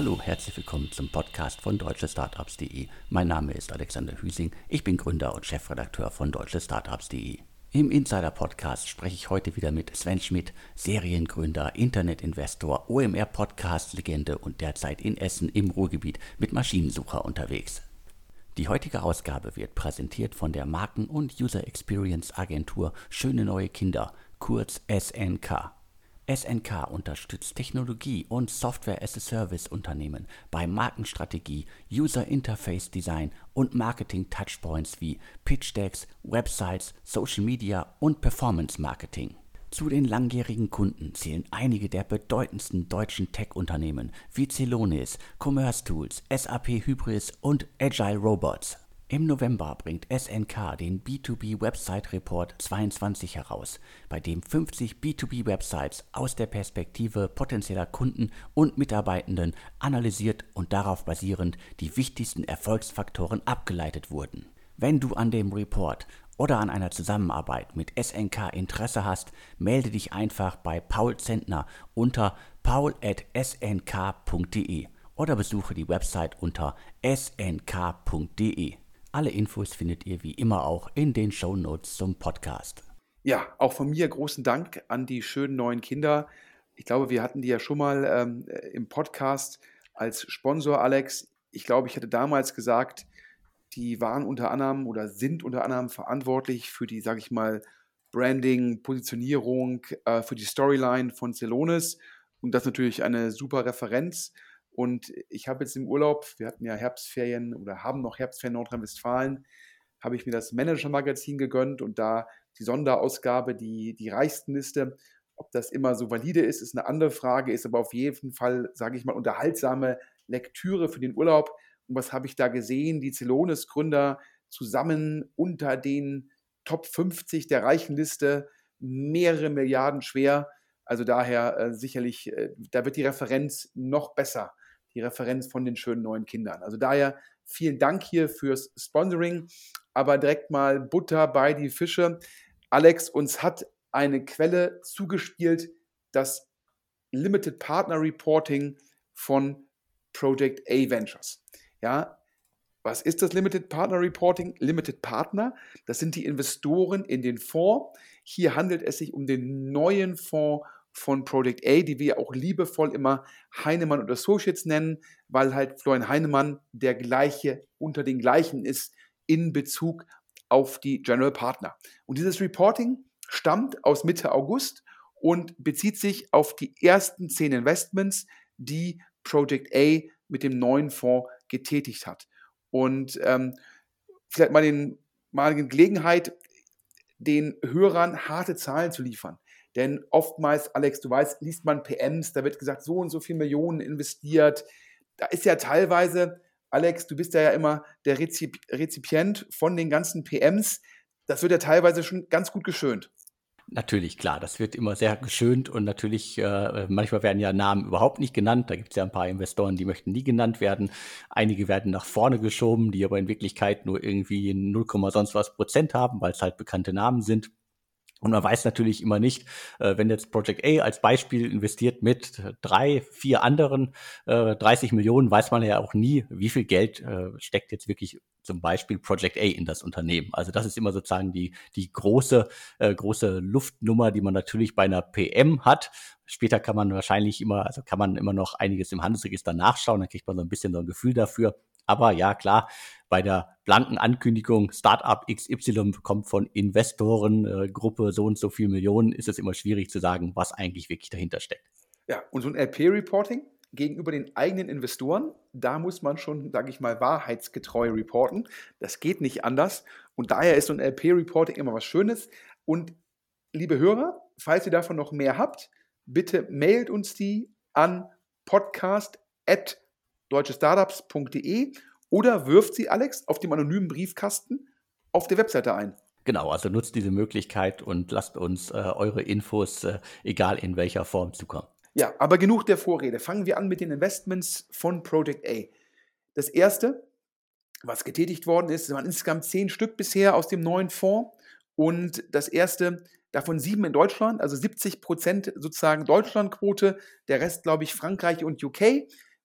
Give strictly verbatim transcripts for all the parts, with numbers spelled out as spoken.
Hallo, herzlich willkommen zum Podcast von deutsche startups punkt de. Mein Name ist Alexander Hüsing, ich bin Gründer und Chefredakteur von deutsche startups punkt de. Im Insider-Podcast spreche ich heute wieder mit Sven Schmidt, Seriengründer, Internetinvestor, O M R-Podcast-Legende und derzeit in Essen im Ruhrgebiet mit Maschinensucher unterwegs. Die heutige Ausgabe wird präsentiert von der Marken- und User-Experience-Agentur Schöne Neue Kinder, kurz S N K. S N K unterstützt Technologie- und Software-as-a-Service-Unternehmen bei Markenstrategie, User-Interface-Design und Marketing-Touchpoints wie Pitch-Decks, Websites, Social Media und Performance-Marketing. Zu den langjährigen Kunden zählen einige der bedeutendsten deutschen Tech-Unternehmen wie Celonis, Commerce Tools, S A P Hybris und Agile Robots. Im November bringt S N K den B zwei B Website Report zweiundzwanzig heraus, bei dem fünfzig B zwei B Websites aus der Perspektive potenzieller Kunden und Mitarbeitenden analysiert und darauf basierend die wichtigsten Erfolgsfaktoren abgeleitet wurden. Wenn du an dem Report oder an einer Zusammenarbeit mit S N K Interesse hast, melde dich einfach bei Paul Zentner unter paul at s n k punkt de oder besuche die Website unter s n k punkt de. Alle Infos findet ihr wie immer auch in den Shownotes zum Podcast. Ja, auch von mir großen Dank an die schönen neuen Kinder. Ich glaube, wir hatten die ja schon mal ähm, im Podcast als Sponsor, Alex. Ich glaube, ich hatte damals gesagt, die waren unter anderem oder sind unter anderem verantwortlich für die, sage ich mal, Branding, Positionierung, äh, für die Storyline von Celonis. Und das ist natürlich eine super Referenz. Und ich habe jetzt im Urlaub, wir hatten ja Herbstferien oder haben noch Herbstferien in Nordrhein-Westfalen, habe ich mir das Manager-Magazin gegönnt und da die Sonderausgabe, die, die Reichstenliste. Ob das immer so valide ist, ist eine andere Frage, ist aber auf jeden Fall, sage ich mal, unterhaltsame Lektüre für den Urlaub. Und was habe ich da gesehen? Die Celonis-Gründer zusammen unter den Top fünfzig der Reichenliste, mehrere Milliarden schwer. Also daher äh, sicherlich, äh, da wird die Referenz noch besser, die Referenz von den schönen neuen Kindern. Also daher vielen Dank hier fürs Sponsoring, aber direkt mal Butter bei die Fische. Alex, uns hat eine Quelle zugespielt, das Limited Partner Reporting von Project A Ventures. Ja, was ist das Limited Partner Reporting? Limited Partner, das sind die Investoren in den Fonds. Hier handelt es sich um den neuen Fonds von Project A, die wir auch liebevoll immer Heinemann und Associates nennen, weil halt Florian Heinemann der gleiche unter den gleichen ist in Bezug auf die General Partner. Und dieses Reporting stammt aus Mitte August und bezieht sich auf die ersten zehn Investments, die Project A mit dem neuen Fonds getätigt hat. Und ähm, vielleicht mal den maligen Gelegenheit, den Hörern harte Zahlen zu liefern. Denn oftmals, Alex, du weißt, liest man P Ms, da wird gesagt, so und so viele Millionen investiert. Da ist ja teilweise, Alex, du bist ja immer der Rezip- Rezipient von den ganzen P Ms. Das wird ja teilweise schon ganz gut geschönt. Natürlich, klar, das wird immer sehr geschönt und natürlich, äh, manchmal werden ja Namen überhaupt nicht genannt. Da gibt es ja ein paar Investoren, die möchten nie genannt werden. Einige werden nach vorne geschoben, die aber in Wirklichkeit nur irgendwie null, sonst was Prozent haben, weil es halt bekannte Namen sind. Und man weiß natürlich immer nicht, äh, wenn jetzt Project A als Beispiel investiert mit drei, vier anderen äh, dreißig Millionen, weiß man ja auch nie, wie viel Geld äh, steckt jetzt wirklich zum Beispiel Project A in das Unternehmen. Also das ist immer sozusagen die, die große, äh, große Luftnummer, die man natürlich bei einer P M hat. Später kann man wahrscheinlich immer, also kann man immer noch einiges im Handelsregister nachschauen, dann kriegt man so ein bisschen so ein Gefühl dafür. Aber ja, klar, bei der blanken Ankündigung, Startup X Y kommt von Investoren, äh, Gruppe so und so viel Millionen, ist es immer schwierig zu sagen, was eigentlich wirklich dahinter steckt. Ja, und so ein L P-Reporting gegenüber den eigenen Investoren, da muss man schon, sage ich mal, wahrheitsgetreu reporten. Das geht nicht anders. Und daher ist so ein L P-Reporting immer was Schönes. Und liebe Hörer, falls ihr davon noch mehr habt, bitte mailt uns die an podcast at deutsche startups punkt de oder wirft sie, Alex, auf dem anonymen Briefkasten auf der Webseite ein. Genau, also nutzt diese Möglichkeit und lasst uns äh, eure Infos, äh, egal in welcher Form, zukommen. Ja, aber genug der Vorrede. Fangen wir an mit den Investments von Project A. Das erste, was getätigt worden ist, waren insgesamt zehn Stück bisher aus dem neuen Fonds. Und das erste, davon sieben in Deutschland, also siebzig Prozent sozusagen Deutschlandquote, der Rest, glaube ich, Frankreich und U K.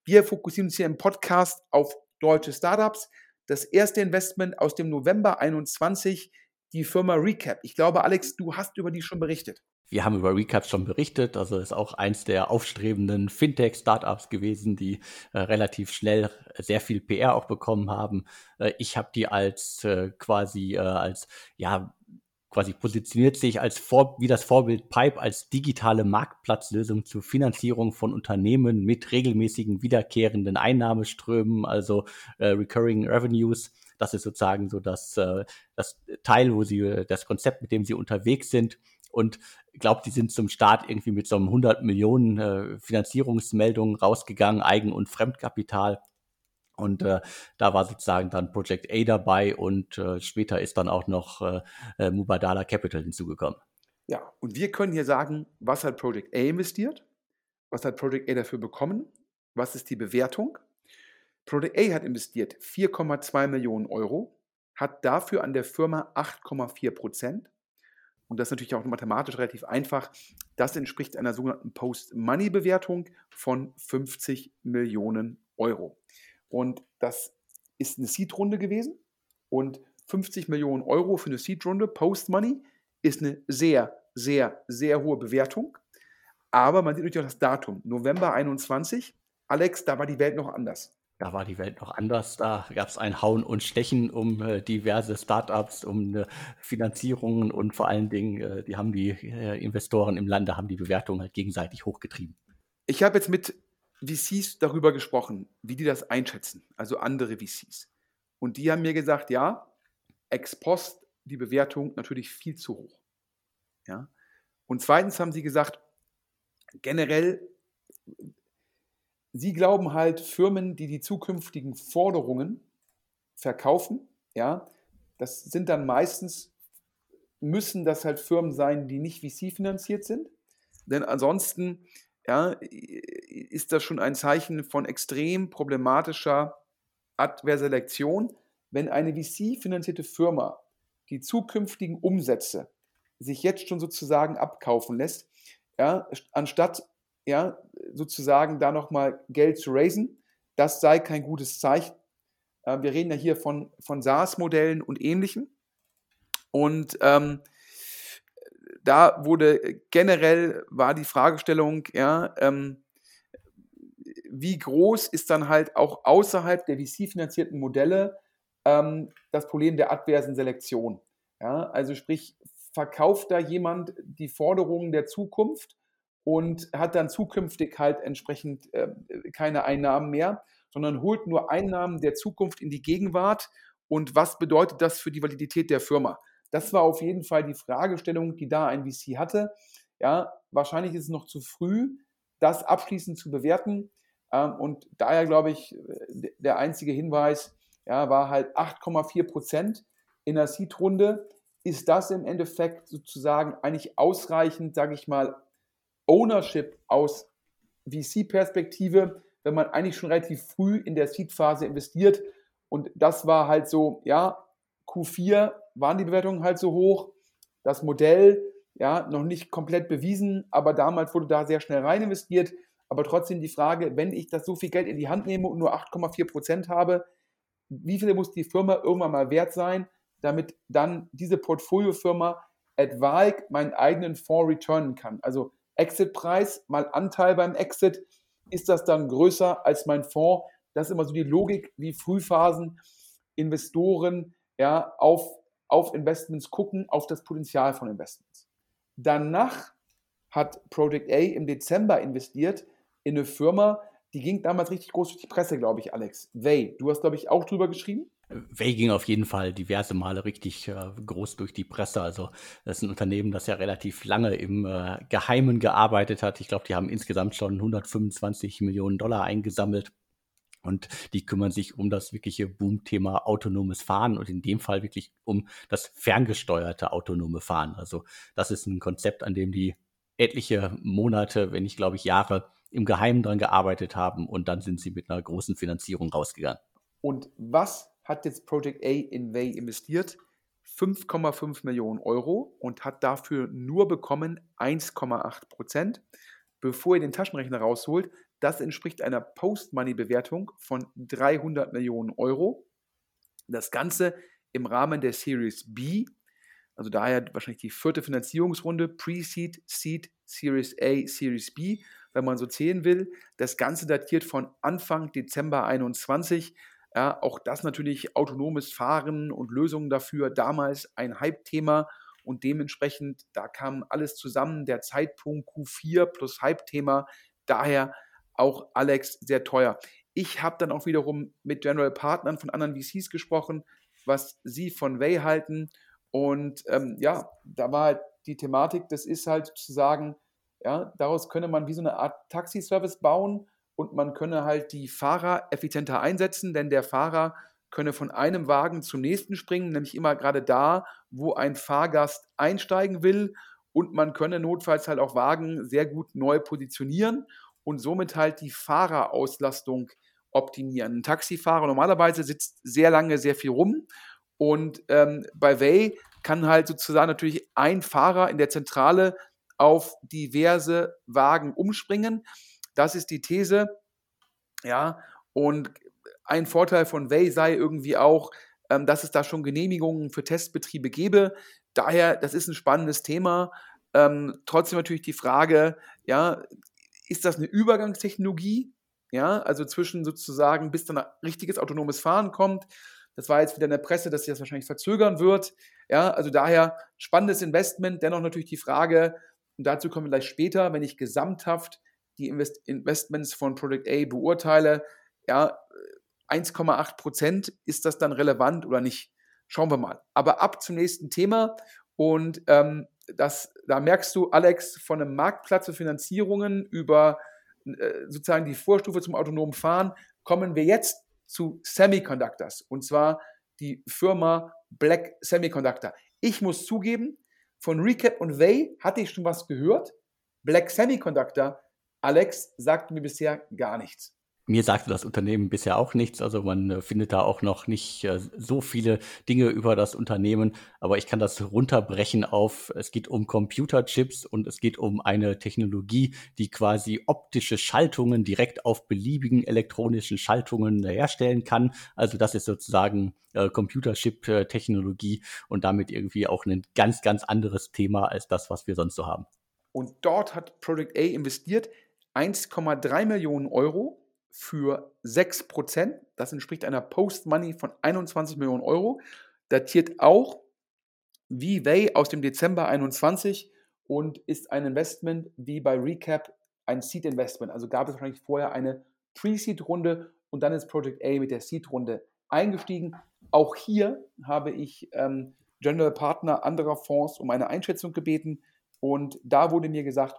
Wir fokussieren uns hier im Podcast auf deutsche Startups. Das erste Investment aus dem November einundzwanzig, die Firma Recap. Ich glaube, Alex, du hast über die schon berichtet. Wir haben über Recap schon berichtet, also ist auch eins der aufstrebenden Fintech-Startups gewesen, die äh, relativ schnell sehr viel P R auch bekommen haben. Äh, ich habe die als äh, quasi äh, als ja quasi positioniert sich als Vor wie das Vorbild Pipe als digitale Marktplatzlösung zur Finanzierung von Unternehmen mit regelmäßigen wiederkehrenden Einnahmeströmen, also äh, Recurring Revenues. Das ist sozusagen so das, äh, das Teil, wo sie das Konzept, mit dem sie unterwegs sind. Und ich glaube, die sind zum Start irgendwie mit so einem hundert Millionen äh, Finanzierungsmeldungen rausgegangen, Eigen- und Fremdkapital. Und äh, da war sozusagen dann Project A dabei und äh, später ist dann auch noch äh, äh, Mubadala Capital hinzugekommen. Ja, und wir können hier sagen, was hat Project A investiert, was hat Project A dafür bekommen, was ist die Bewertung. Project A hat investiert vier Komma zwei Millionen Euro, hat dafür an der Firma acht Komma vier Prozent. Und das ist natürlich auch mathematisch relativ einfach. Das entspricht einer sogenannten Post-Money-Bewertung von fünfzig Millionen Euro. Und das ist eine Seed-Runde gewesen. Und fünfzig Millionen Euro für eine Seed-Runde Post-Money ist eine sehr, sehr, sehr hohe Bewertung. Aber man sieht natürlich auch das Datum, November einundzwanzig. Alex, da war die Welt noch anders. Da war die Welt noch anders. Da gab es ein Hauen und Stechen um äh, diverse Startups, um äh, Finanzierungen und vor allen Dingen, äh, die haben die äh, Investoren im Lande haben die Bewertungen halt gegenseitig hochgetrieben. Ich habe jetzt mit V Cs darüber gesprochen, wie die das einschätzen, also andere V Cs. Und die haben mir gesagt, ja, ex post die Bewertung natürlich viel zu hoch. Ja? Und zweitens haben sie gesagt, generell, sie glauben halt, Firmen, die die zukünftigen Forderungen verkaufen, ja, das sind dann meistens, müssen das halt Firmen sein, die nicht V C-finanziert sind. Denn ansonsten ja, ist das schon ein Zeichen von extrem problematischer Adverselektion, wenn eine V C-finanzierte Firma die zukünftigen Umsätze sich jetzt schon sozusagen abkaufen lässt, ja, anstatt ja, sozusagen da nochmal Geld zu raisen. Das sei kein gutes Zeichen. Wir reden ja hier von, von SaaS-Modellen und Ähnlichem. Und ähm, da wurde generell, war die Fragestellung, ja, ähm, wie groß ist dann halt auch außerhalb der V C-finanzierten Modelle ähm, das Problem der adversen Selektion. Ja? Also sprich, verkauft da jemand die Forderungen der Zukunft und hat dann zukünftig halt entsprechend äh, keine Einnahmen mehr, sondern holt nur Einnahmen der Zukunft in die Gegenwart. Und was bedeutet das für die Validität der Firma? Das war auf jeden Fall die Fragestellung, die da ein V C hatte. Ja, wahrscheinlich ist es noch zu früh, das abschließend zu bewerten. Ähm, und daher glaube ich, der einzige Hinweis ja, war halt acht Komma vier Prozent in der Seed-Runde. Ist das im Endeffekt sozusagen eigentlich ausreichend, sage ich mal, Ownership aus V C-Perspektive, wenn man eigentlich schon relativ früh in der Seed-Phase investiert? Und das war halt so, ja, Q vier waren die Bewertungen halt so hoch, das Modell ja noch nicht komplett bewiesen, aber damals wurde da sehr schnell rein investiert. Aber trotzdem die Frage, wenn ich das so viel Geld in die Hand nehme und nur acht Komma vier Prozent habe, wie viel muss die Firma irgendwann mal wert sein, damit dann diese Portfoliofirma etwaig meinen eigenen Fonds returnen kann? Also Exit-Preis mal Anteil beim Exit, ist das dann größer als mein Fonds? Das ist immer so die Logik, wie Frühphasen Investoren ja, auf, auf Investments gucken, auf das Potenzial von Investments. Danach hat Project A im Dezember investiert in eine Firma, die ging damals richtig groß durch die Presse, glaube ich, Alex. Way, du hast, glaube ich, auch drüber geschrieben? Way ging auf jeden Fall diverse Male richtig äh, groß durch die Presse. Also das ist ein Unternehmen, das ja relativ lange im äh, Geheimen gearbeitet hat. Ich glaube, die haben insgesamt schon hundertfünfundzwanzig Millionen Dollar eingesammelt. Und die kümmern sich um das wirkliche Boom-Thema autonomes Fahren und in dem Fall wirklich um das ferngesteuerte autonome Fahren. Also das ist ein Konzept, an dem die etliche Monate, wenn nicht, glaube ich, Jahre im Geheimen dran gearbeitet haben und dann sind sie mit einer großen Finanzierung rausgegangen. Und was hat jetzt Project A in Way investiert? fünf Komma fünf Millionen Euro und hat dafür nur bekommen eins Komma acht Prozent. Bevor ihr den Taschenrechner rausholt, Das entspricht einer Post-Money-Bewertung von dreihundert Millionen Euro. Das Ganze im Rahmen der Series B, also daher wahrscheinlich die vierte Finanzierungsrunde, Pre-Seed, Seed, Series A, Series B, wenn man so zählen will. Das Ganze datiert von Anfang Dezember einundzwanzig. Ja, auch das natürlich autonomes Fahren und Lösungen dafür, damals ein Hype-Thema und dementsprechend, da kam alles zusammen, der Zeitpunkt Q vier plus Hype-Thema, daher auch Alex sehr teuer. Ich habe dann auch wiederum mit General Partnern von anderen V Cs gesprochen, was sie von Way halten und ähm, ja, da war halt die Thematik, das ist halt zu sagen, ja, daraus könne man wie so eine Art Taxi-Service bauen und man könne halt die Fahrer effizienter einsetzen, denn der Fahrer könne von einem Wagen zum nächsten springen, nämlich immer gerade da, wo ein Fahrgast einsteigen will und man könne notfalls halt auch Wagen sehr gut neu positionieren und somit halt die Fahrerauslastung optimieren. Ein Taxifahrer normalerweise sitzt sehr lange sehr viel rum und ähm, bei Way kann halt sozusagen natürlich ein Fahrer in der Zentrale auf diverse Wagen umspringen. Das ist die These, ja, und ein Vorteil von Way sei irgendwie auch, ähm, dass es da schon Genehmigungen für Testbetriebe gäbe. Daher, das ist ein spannendes Thema. Ähm, trotzdem natürlich die Frage, ja, ist das eine Übergangstechnologie? Ja, also zwischen sozusagen, bis dann ein richtiges autonomes Fahren kommt. Das war jetzt wieder in der Presse, dass sich das wahrscheinlich verzögern wird. Ja, also daher spannendes Investment. Dennoch natürlich die Frage, und dazu kommen wir gleich später, wenn ich gesamthaft die Invest- Investments von Project A beurteile, ja, eins Komma acht Prozent, ist das dann relevant oder nicht? Schauen wir mal. Aber ab zum nächsten Thema. Und ähm, das, da merkst du, Alex, von einem Marktplatz für Finanzierungen über äh, sozusagen die Vorstufe zum autonomen Fahren, kommen wir jetzt zu Semiconductors. Und zwar die Firma Black Semiconductor. Ich muss zugeben, von Recap und Way hatte ich schon was gehört. Black Semiconductor, Alex, sagt mir bisher gar nichts. Mir sagte das Unternehmen bisher auch nichts, also man äh, findet da auch noch nicht äh, so viele Dinge über das Unternehmen, aber ich kann das runterbrechen auf, es geht um Computerchips und es geht um eine Technologie, die quasi optische Schaltungen direkt auf beliebigen elektronischen Schaltungen herstellen kann. Also das ist sozusagen äh, Computerchip-Technologie und damit irgendwie auch ein ganz, ganz anderes Thema als das, was wir sonst so haben. Und dort hat Project A investiert eins Komma drei Millionen Euro für sechs Prozent. Das entspricht einer Post-Money von einundzwanzig Millionen Euro. Datiert auch wie Way aus dem Dezember einundzwanzig und ist ein Investment wie bei Recap ein Seed-Investment. Also gab es wahrscheinlich vorher eine Pre-Seed-Runde und dann ist Project A mit der Seed-Runde eingestiegen. Auch hier habe ich ähm, General Partner anderer Fonds um eine Einschätzung gebeten und da wurde mir gesagt,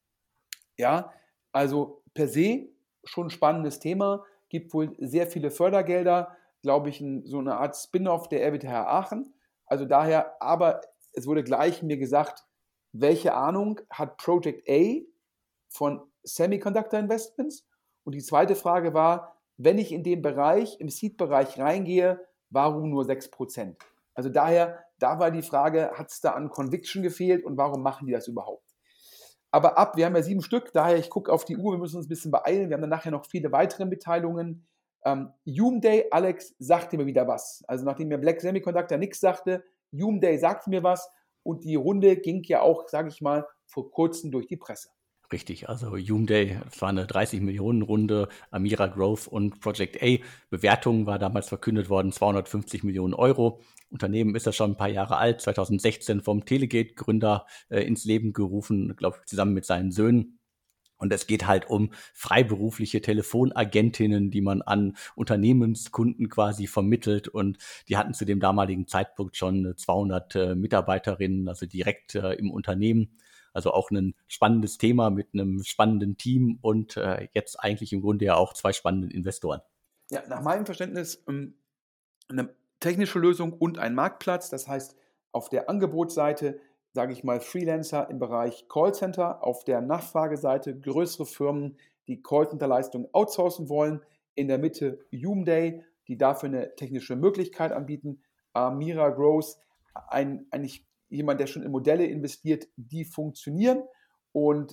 ja, also per se schon ein spannendes Thema, gibt wohl sehr viele Fördergelder, glaube ich, ein, so eine Art Spin-off der R W T H Aachen. Also daher, aber es wurde gleich mir gesagt, welche Ahnung hat Project A von Semiconductor Investments? Und die zweite Frage war, wenn ich in den Bereich, im Seed-Bereich reingehe, warum nur sechs Prozent? Also daher, da war die Frage, hat es da an Conviction gefehlt und warum machen die das überhaupt? Aber ab, wir haben ja sieben Stück, daher ich gucke auf die Uhr, wir müssen uns ein bisschen beeilen. Wir haben dann nachher noch viele weitere Mitteilungen. Ähm, Humeday, Alex, sagte mir wieder was. Also nachdem mir Black Semiconductor nichts sagte, Humeday sagte mir was und die Runde ging ja auch, sage ich mal, vor kurzem durch die Presse. Richtig, also Humeday, das war eine dreißig Millionen Runde, Amira Growth und Project A. Bewertung war damals verkündet worden, zweihundertfünfzig Millionen Euro. Unternehmen ist ja schon ein paar Jahre alt, zweitausendsechzehn vom Telegate-Gründer äh, ins Leben gerufen, glaube ich, zusammen mit seinen Söhnen. Und es geht halt um freiberufliche Telefonagentinnen, die man an Unternehmenskunden quasi vermittelt. Und die hatten zu dem damaligen Zeitpunkt schon zweihundert äh, Mitarbeiterinnen, also direkt äh, im Unternehmen. Also auch ein spannendes Thema mit einem spannenden Team und äh, jetzt eigentlich im Grunde ja auch zwei spannenden Investoren. Ja, nach meinem Verständnis ähm, eine technische Lösung und ein Marktplatz. Das heißt, auf der Angebotsseite, sage ich mal, Freelancer im Bereich Callcenter, auf der Nachfrageseite größere Firmen, die Callcenter-Leistungen outsourcen wollen. In der Mitte Humeday, die dafür eine technische Möglichkeit anbieten. Amira Growth, ein, eigentlich jemand, der schon in Modelle investiert, die funktionieren. Und äh,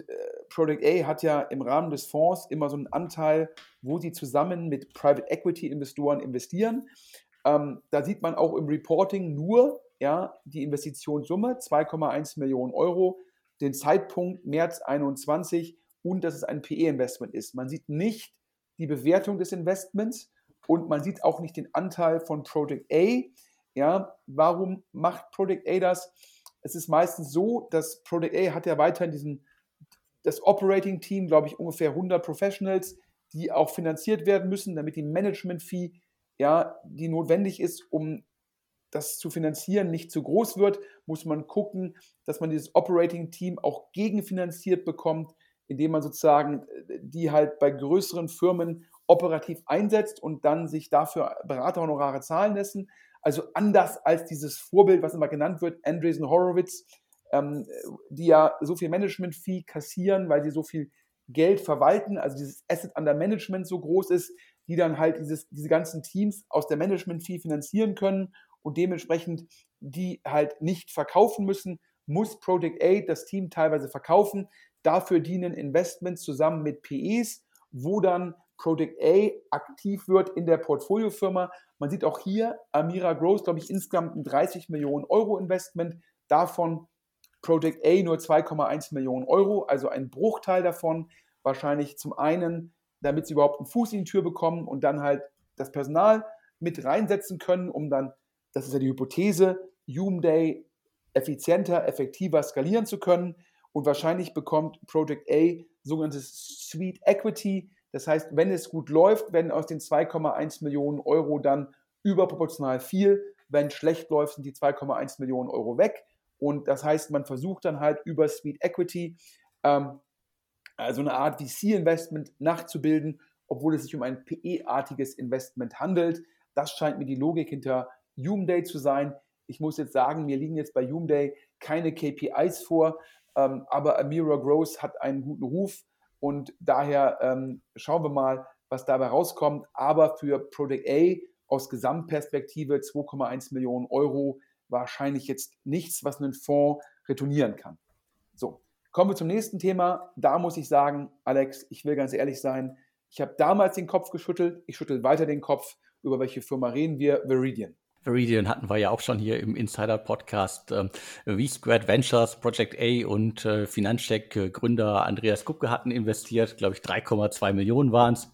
Project A hat ja im Rahmen des Fonds immer so einen Anteil, wo sie zusammen mit Private Equity Investoren investieren. Ähm, da sieht man auch im Reporting nur ja, die Investitionssumme, zwei Komma eins Millionen Euro, den Zeitpunkt März einundzwanzig und dass es ein P E-Investment ist. Man sieht nicht die Bewertung des Investments und man sieht auch nicht den Anteil von Project A. Ja, warum macht Project A das? Es ist meistens so, dass Project A hat ja weiterhin diesen, das Operating Team, glaube ich, ungefähr hundert Professionals, die auch finanziert werden müssen, damit die Management-Fee, ja, die notwendig ist, um das zu finanzieren, nicht zu groß wird, muss man gucken, dass man dieses Operating Team auch gegenfinanziert bekommt, indem man sozusagen die halt bei größeren Firmen operativ einsetzt und dann sich dafür Beraterhonorare zahlen lassen. Also anders als dieses Vorbild, was immer genannt wird, Andreessen Horowitz, ähm, die ja so viel Management-Fee kassieren, weil sie so viel Geld verwalten, also dieses Asset under Management so groß ist, die dann halt dieses, diese ganzen Teams aus der Management-Fee finanzieren können und dementsprechend die halt nicht verkaufen müssen, muss Project A das Team teilweise verkaufen. Dafür dienen Investments zusammen mit P Es, wo dann Project A aktiv wird in der Portfoliofirma. Man sieht auch hier, Amira Growth, glaube ich, insgesamt ein dreißig Millionen Euro Investment, davon Project A nur zwei Komma eins Millionen Euro, also ein Bruchteil davon, wahrscheinlich zum einen, damit sie überhaupt einen Fuß in die Tür bekommen und dann halt das Personal mit reinsetzen können, um dann, das ist ja die Hypothese, Humeday effizienter, effektiver skalieren zu können. Und wahrscheinlich bekommt Project A sogenanntes Sweet Equity. Das heißt, wenn es gut läuft, werden aus den zwei Komma eins Millionen Euro dann überproportional viel. Wenn schlecht läuft, sind die zwei Komma eins Millionen Euro weg. Und das heißt, man versucht dann halt über Sweet Equity ähm, also eine Art V C-Investment nachzubilden, obwohl es sich um ein P E-artiges Investment handelt. Das scheint mir die Logik hinter Humeday zu sein. Ich muss jetzt sagen, mir liegen jetzt bei Humeday keine K P Is vor, ähm, aber Amira Growth hat einen guten Ruf und daher ähm, schauen wir mal, was dabei rauskommt. Aber für Project A aus Gesamtperspektive zwei Komma eins Millionen Euro wahrscheinlich jetzt nichts, was einen Fonds retournieren kann. So, kommen wir zum nächsten Thema. Da muss ich sagen, Alex, ich will ganz ehrlich sein, ich habe damals den Kopf geschüttelt, ich schüttel weiter den Kopf. Über welche Firma reden wir? Viridian. Viridian hatten wir ja auch schon hier im Insider-Podcast. Ähm, V-Squared Ventures, Project A und äh, Finanzcheck-Gründer Andreas Kupke hatten investiert. Glaube ich, drei Komma zwei Millionen waren es.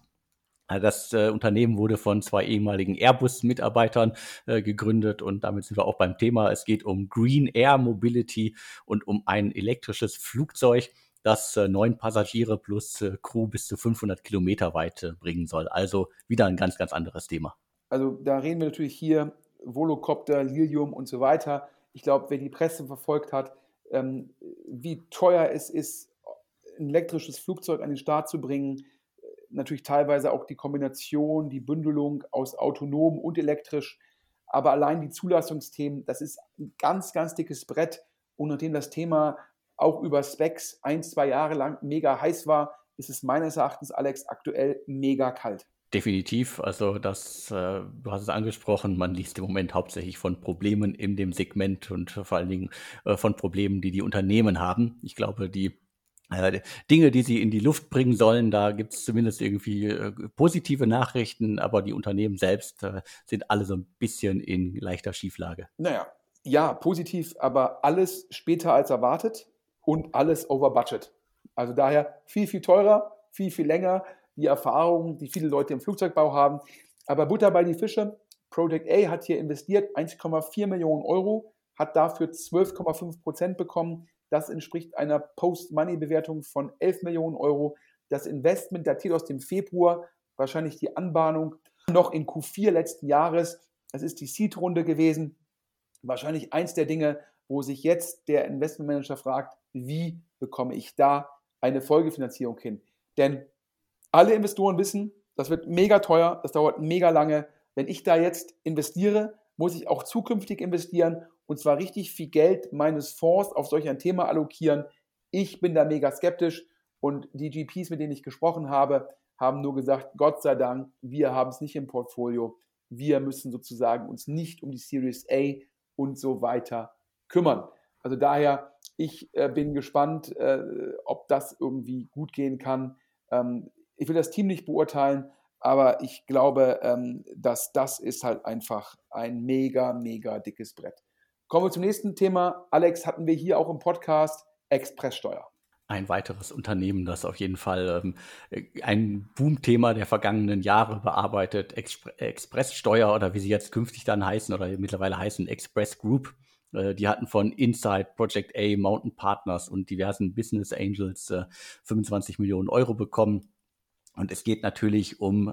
Das äh, Unternehmen wurde von zwei ehemaligen Airbus-Mitarbeitern äh, gegründet und damit sind wir auch beim Thema. Es geht um Green Air Mobility und um ein elektrisches Flugzeug, das äh, neun Passagiere plus äh, Crew bis zu fünfhundert Kilometer weit äh, bringen soll. Also wieder ein ganz, ganz anderes Thema. Also da reden wir natürlich hier Volocopter, Lilium und so weiter. Ich glaube, wer die Presse verfolgt hat, ähm, wie teuer es ist, ein elektrisches Flugzeug an den Start zu bringen, natürlich teilweise auch die Kombination, die Bündelung aus autonom und elektrisch, aber allein die Zulassungsthemen, das ist ein ganz, ganz dickes Brett. Und nachdem das Thema auch über Specs ein, zwei Jahre lang mega heiß war, ist es meines Erachtens, Alex, aktuell mega kalt. Definitiv, also das, äh, du hast es angesprochen, man liest im Moment hauptsächlich von Problemen in dem Segment und vor allen Dingen äh, von Problemen, die die Unternehmen haben. Ich glaube, die äh, Dinge, die sie in die Luft bringen sollen, da gibt es zumindest irgendwie äh, positive Nachrichten, aber die Unternehmen selbst äh, sind alle so ein bisschen in leichter Schieflage. Naja, ja, positiv, aber alles später als erwartet und alles over budget. Also daher viel, viel teurer, viel, viel länger. Die Erfahrungen, die viele Leute im Flugzeugbau haben. Aber Butter bei die Fische. Project A hat hier investiert eins Komma vier Millionen Euro, hat dafür zwölf Komma fünf Prozent bekommen. Das entspricht einer Post-Money-Bewertung von elf Millionen Euro. Das Investment datiert aus dem Februar, wahrscheinlich die Anbahnung noch in Q vier letzten Jahres. Es ist die Seed-Runde gewesen. Wahrscheinlich eins der Dinge, wo sich jetzt der Investmentmanager fragt, wie bekomme ich da eine Folgefinanzierung hin? Denn alle Investoren wissen, das wird mega teuer, das dauert mega lange. Wenn ich da jetzt investiere, muss ich auch zukünftig investieren und zwar richtig viel Geld meines Fonds auf solch ein Thema allokieren. Ich bin da mega skeptisch und die G Ps, mit denen ich gesprochen habe, haben nur gesagt, Gott sei Dank, wir haben es nicht im Portfolio. Wir müssen sozusagen uns nicht um die Series A und so weiter kümmern. Also daher Ich äh, bin gespannt, äh, ob das irgendwie gut gehen kann. Ähm, ich will das Team nicht beurteilen, aber ich glaube, ähm, dass das ist halt einfach ein mega, mega dickes Brett. Kommen wir zum nächsten Thema. Alex, hatten wir hier auch im Podcast Expresssteuer. Ein weiteres Unternehmen, das auf jeden Fall ähm, ein Boomthema der vergangenen Jahre bearbeitet, Expre- Expresssteuer oder wie sie jetzt künftig dann heißen oder mittlerweile heißen Express Group. Äh, die hatten von Inside, Project A, Mountain Partners und diversen Business Angels äh, fünfundzwanzig Millionen Euro bekommen. Und es geht natürlich um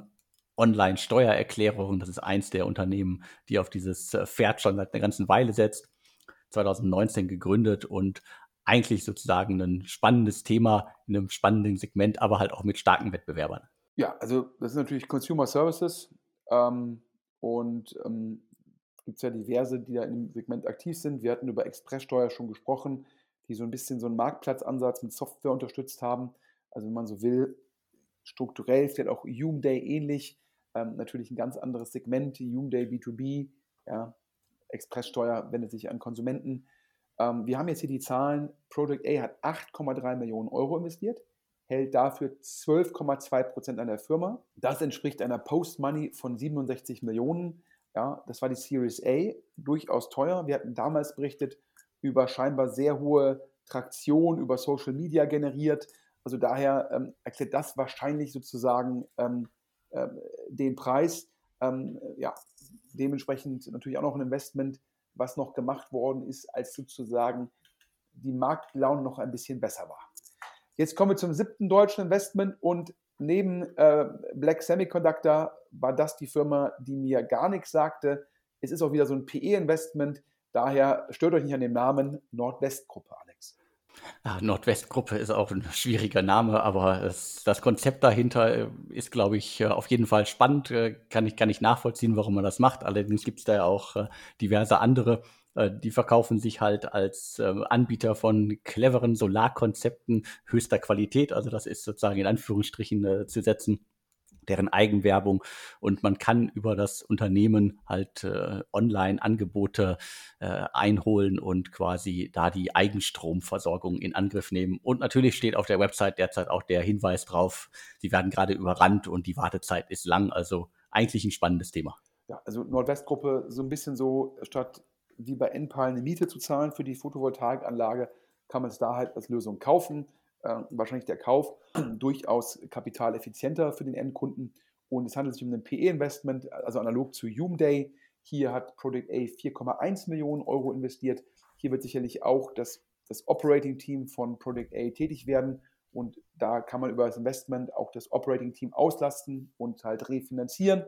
Online-Steuererklärungen. Das ist eins der Unternehmen, die auf dieses äh, Pferd schon seit einer ganzen Weile setzt. zwanzig neunzehn gegründet und eigentlich sozusagen ein spannendes Thema in einem spannenden Segment, aber halt auch mit starken Wettbewerbern. Ja, also das ist natürlich Consumer Services ähm, und ähm, gibt es ja diverse, die da im Segment aktiv sind. Wir hatten über Expresssteuer schon gesprochen, die so ein bisschen so einen Marktplatzansatz mit Software unterstützt haben. Also wenn man so will, strukturell vielleicht auch Humeday ähnlich. Ähm, natürlich ein ganz anderes Segment, Humeday B zwei B, ja, Expresssteuer wendet sich an Konsumenten. Ähm, wir haben jetzt hier die Zahlen, Project A hat acht Komma drei Millionen Euro investiert, hält dafür zwölf Komma zwei Prozent an der Firma. Das entspricht einer Post-Money von siebenundsechzig Millionen. Ja, das war die Series A, durchaus teuer. Wir hatten damals berichtet über scheinbar sehr hohe Traktion, über Social Media generiert. Also daher ähm, erklärt das wahrscheinlich sozusagen ähm, äh, den Preis. Ähm, ja, dementsprechend natürlich auch noch ein Investment, was noch gemacht worden ist, als sozusagen die Marktlaune noch ein bisschen besser war. Jetzt kommen wir zum siebten deutschen Investment und neben äh, Black Semiconductor war das die Firma, die mir gar nichts sagte. Es ist auch wieder so ein P E-Investment, daher stört euch nicht an dem Namen Nordwestgruppe, Alex. Ja, Nordwestgruppe ist auch ein schwieriger Name, aber es, das Konzept dahinter äh, ist, glaube ich, äh, auf jeden Fall spannend. Äh, Kann ich, kann ich nachvollziehen, warum man das macht. Allerdings gibt es da ja auch äh, diverse andere, äh, die verkaufen sich halt als äh, Anbieter von cleveren Solarkonzepten höchster Qualität. Also das ist sozusagen in Anführungsstrichen äh, zu setzen, deren Eigenwerbung, und man kann über das Unternehmen halt äh, Online-Angebote äh, einholen und quasi da die Eigenstromversorgung in Angriff nehmen. Und natürlich steht auf der Website derzeit auch der Hinweis drauf, sie werden gerade überrannt und die Wartezeit ist lang, also eigentlich ein spannendes Thema. Ja, also Nordwestgruppe so ein bisschen so, statt wie bei Enpal eine Miete zu zahlen für die Photovoltaikanlage, kann man es da halt als Lösung kaufen. Äh, wahrscheinlich der Kauf durchaus kapitaleffizienter für den Endkunden. Und es handelt sich um ein P E-Investment, also analog zu Humeday. Hier hat Project A vier Komma eins Millionen Euro investiert. Hier wird sicherlich auch das, das Operating-Team von Project A tätig werden. Und da kann man über das Investment auch das Operating-Team auslasten und halt refinanzieren.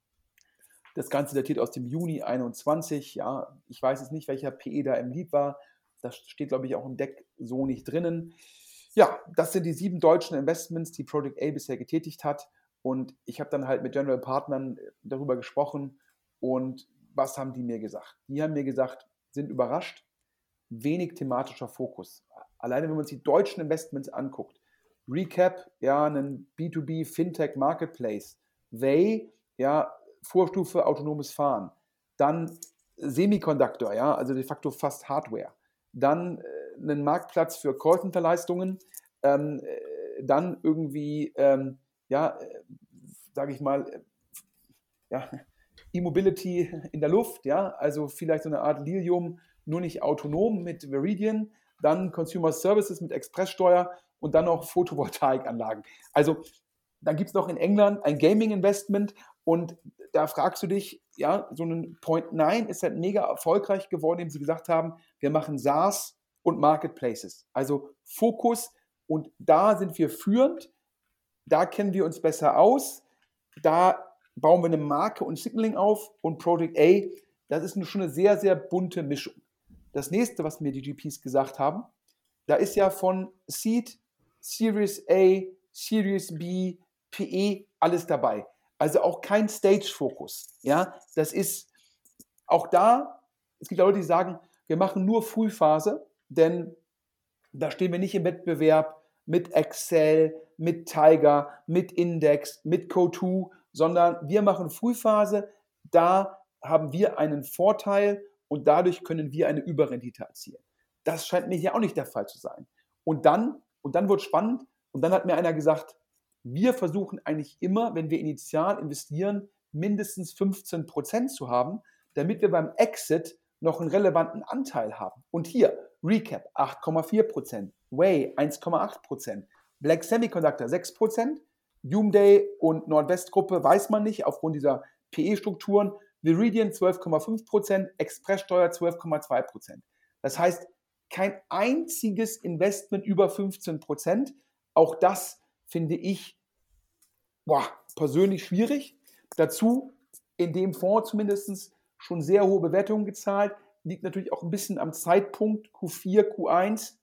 Das Ganze datiert aus dem Juni einundzwanzig. Ja, ich weiß jetzt nicht, welcher P E da im Lied war. Das steht, glaube ich, auch im Deck so nicht drinnen. Ja, das sind die sieben deutschen Investments, die Project A bisher getätigt hat. Und ich habe dann halt mit General Partnern darüber gesprochen. Und was haben die mir gesagt? Die haben mir gesagt, sind überrascht, wenig thematischer Fokus. Alleine wenn man sich die deutschen Investments anguckt. Recap, ja, ein B zwei B Fintech Marketplace. Way, ja, Vorstufe autonomes Fahren. Dann Semiconductor, ja, also de facto fast Hardware. Dann äh, einen Marktplatz für Callcenter-Leistungen. Ähm, äh, dann irgendwie, ähm, ja, äh, sage ich mal, äh, ja, E-Mobility in der Luft, ja, also vielleicht so eine Art Lilium, nur nicht autonom mit Veridian, dann Consumer Services mit Expresssteuer und dann noch Photovoltaikanlagen. Also dann gibt es noch in England ein Gaming-Investment und da fragst du dich, ja, so ein Point neun ist halt mega erfolgreich geworden, indem sie gesagt haben, wir machen SaaS und Marketplaces. Also Fokus, und da sind wir führend, da kennen wir uns besser aus, da bauen wir eine Marke und Signaling auf, und Project A, das ist schon eine sehr, sehr bunte Mischung. Das nächste, was mir die G Ps gesagt haben, da ist ja von Seed, Series A, Series B, P E, alles dabei. Also auch kein Stage-Fokus. Ja, das ist auch da, es gibt Leute, die sagen, wir machen nur Frühphase, denn da stehen wir nicht im Wettbewerb mit Excel, mit Tiger, mit Index, mit Code zwei, sondern wir machen Frühphase, da haben wir einen Vorteil und dadurch können wir eine Überrendite erzielen. Das scheint mir hier auch nicht der Fall zu sein. Und dann, und dann wird es spannend, und dann hat mir einer gesagt, wir versuchen eigentlich immer, wenn wir initial investieren, mindestens fünfzehn Prozent zu haben, damit wir beim Exit noch einen relevanten Anteil haben. Und hier, Recap, acht Komma vier Prozent, Way eins Komma acht Prozent, Black Semiconductor sechs Prozent, Humeday und Nordwest-Gruppe weiß man nicht, aufgrund dieser P E-Strukturen, Viridian zwölf Komma fünf Prozent, Expresssteuer zwölf Komma zwei Prozent. Das heißt, kein einziges Investment über fünfzehn Prozent. Auch das finde ich boah, persönlich schwierig. Dazu in dem Fonds zumindest schon sehr hohe Bewertungen gezahlt. Liegt natürlich auch ein bisschen am Zeitpunkt Q vier, Q eins.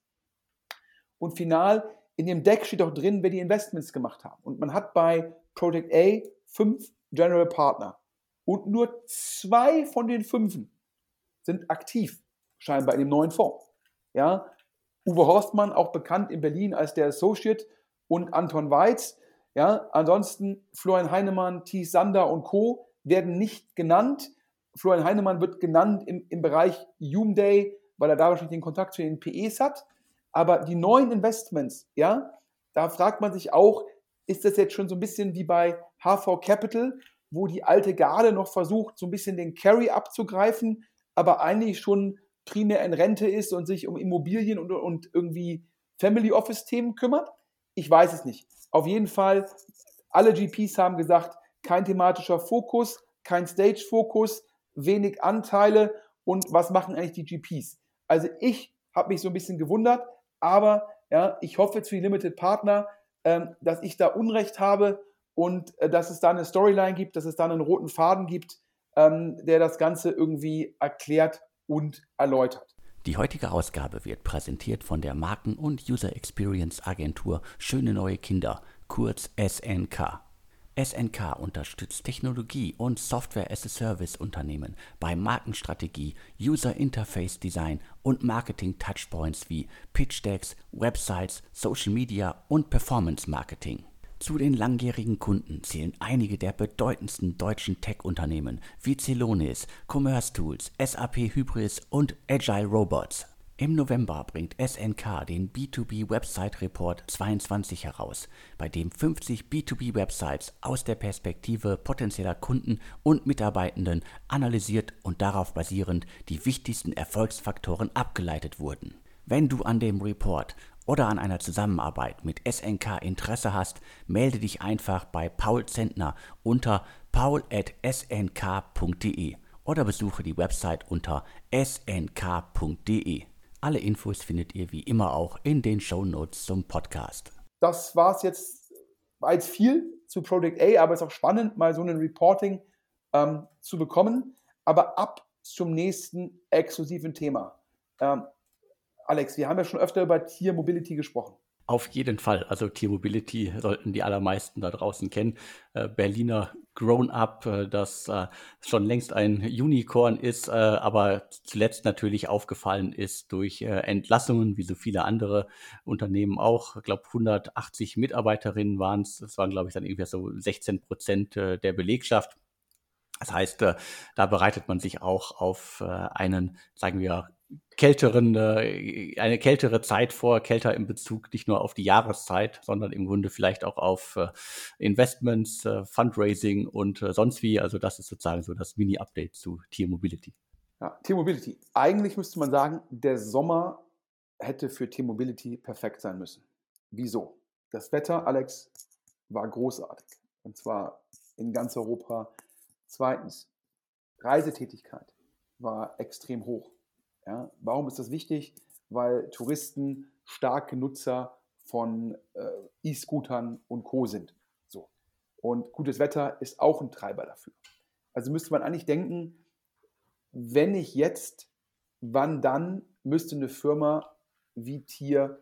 Und final, in dem Deck steht auch drin, wer die Investments gemacht haben. Und man hat bei Project A fünf General Partner. Und nur zwei von den fünfen sind aktiv, scheinbar in dem neuen Fonds. Ja, Uwe Horstmann, auch bekannt in Berlin als der Associate, und Anton Weiz. Ja, ansonsten Florian Heinemann, Thies Sander und Co. werden nicht genannt. Florian Heinemann wird genannt im, im Bereich Humeday, weil er da wahrscheinlich den Kontakt zu den P Es hat. Aber die neuen Investments, ja, da fragt man sich auch, ist das jetzt schon so ein bisschen wie bei H V Capital, wo die alte Garde noch versucht, so ein bisschen den Carry abzugreifen, aber eigentlich schon primär in Rente ist und sich um Immobilien und, und irgendwie Family Office Themen kümmert? Ich weiß es nicht. Auf jeden Fall, alle G Ps haben gesagt, kein thematischer Fokus, kein Stage-Fokus, wenig Anteile und was machen eigentlich die G Ps? Also ich habe mich so ein bisschen gewundert, aber ja, ich hoffe für die Limited Partner, ähm, dass ich da Unrecht habe und äh, dass es da eine Storyline gibt, dass es da einen roten Faden gibt, ähm, der das Ganze irgendwie erklärt und erläutert. Die heutige Ausgabe wird präsentiert von der Marken- und User Experience Agentur Schöne Neue Kinder, kurz S N K. S N K unterstützt Technologie- und Software-as-a-Service-Unternehmen bei Markenstrategie, User Interface Design und Marketing-Touchpoints wie Pitch Decks, Websites, Social Media und Performance Marketing. Zu den langjährigen Kunden zählen einige der bedeutendsten deutschen Tech-Unternehmen wie Celonis, Commerce Tools, S A P Hybris und Agile Robots. Im November bringt S N K den B zwei B Website Report zweiundzwanzig heraus, bei dem fünfzig B zwei B Websites aus der Perspektive potenzieller Kunden und Mitarbeitenden analysiert und darauf basierend die wichtigsten Erfolgsfaktoren abgeleitet wurden. Wenn du an dem Report oder an einer Zusammenarbeit mit S N K Interesse hast, melde dich einfach bei Paul Zentner unter paul at s n k punkt d e oder besuche die Website unter s n k punkt d e. Alle Infos findet ihr wie immer auch in den Shownotes zum Podcast. Das war es jetzt, war jetzt viel zu Project A, aber es ist auch spannend, mal so ein Reporting ähm, zu bekommen. Aber ab zum nächsten exklusiven Thema. Ähm, Alex, wir haben ja schon öfter über Tier Mobility gesprochen. Auf jeden Fall. Also Tier Mobility sollten die allermeisten da draußen kennen. Äh, Berliner Grown-Up, äh, das äh, schon längst ein Unicorn ist, äh, aber zuletzt natürlich aufgefallen ist durch äh, Entlassungen, wie so viele andere Unternehmen auch. Ich glaube, hundertachtzig Mitarbeiterinnen waren es. Das waren, glaube ich, dann irgendwie so sechzehn Prozent äh, der Belegschaft. Das heißt, äh, da bereitet man sich auch auf äh, einen, sagen wir, kälteren, äh, eine kältere Zeit vor, kälter in Bezug nicht nur auf die Jahreszeit, sondern im Grunde vielleicht auch auf äh, Investments, äh, Fundraising und äh, sonst wie. Also das ist sozusagen so das Mini-Update zu Tier Mobility. Ja, Tier Mobility. Eigentlich müsste man sagen, der Sommer hätte für Tier Mobility perfekt sein müssen. Wieso? Das Wetter, Alex, war großartig. Und zwar in ganz Europa. Zweitens, Reisetätigkeit war extrem hoch. Ja, warum ist das wichtig? Weil Touristen starke Nutzer von äh, E-Scootern und Co. sind. So. Und gutes Wetter ist auch ein Treiber dafür. Also müsste man eigentlich denken, wenn nicht jetzt, wann dann müsste eine Firma wie Tier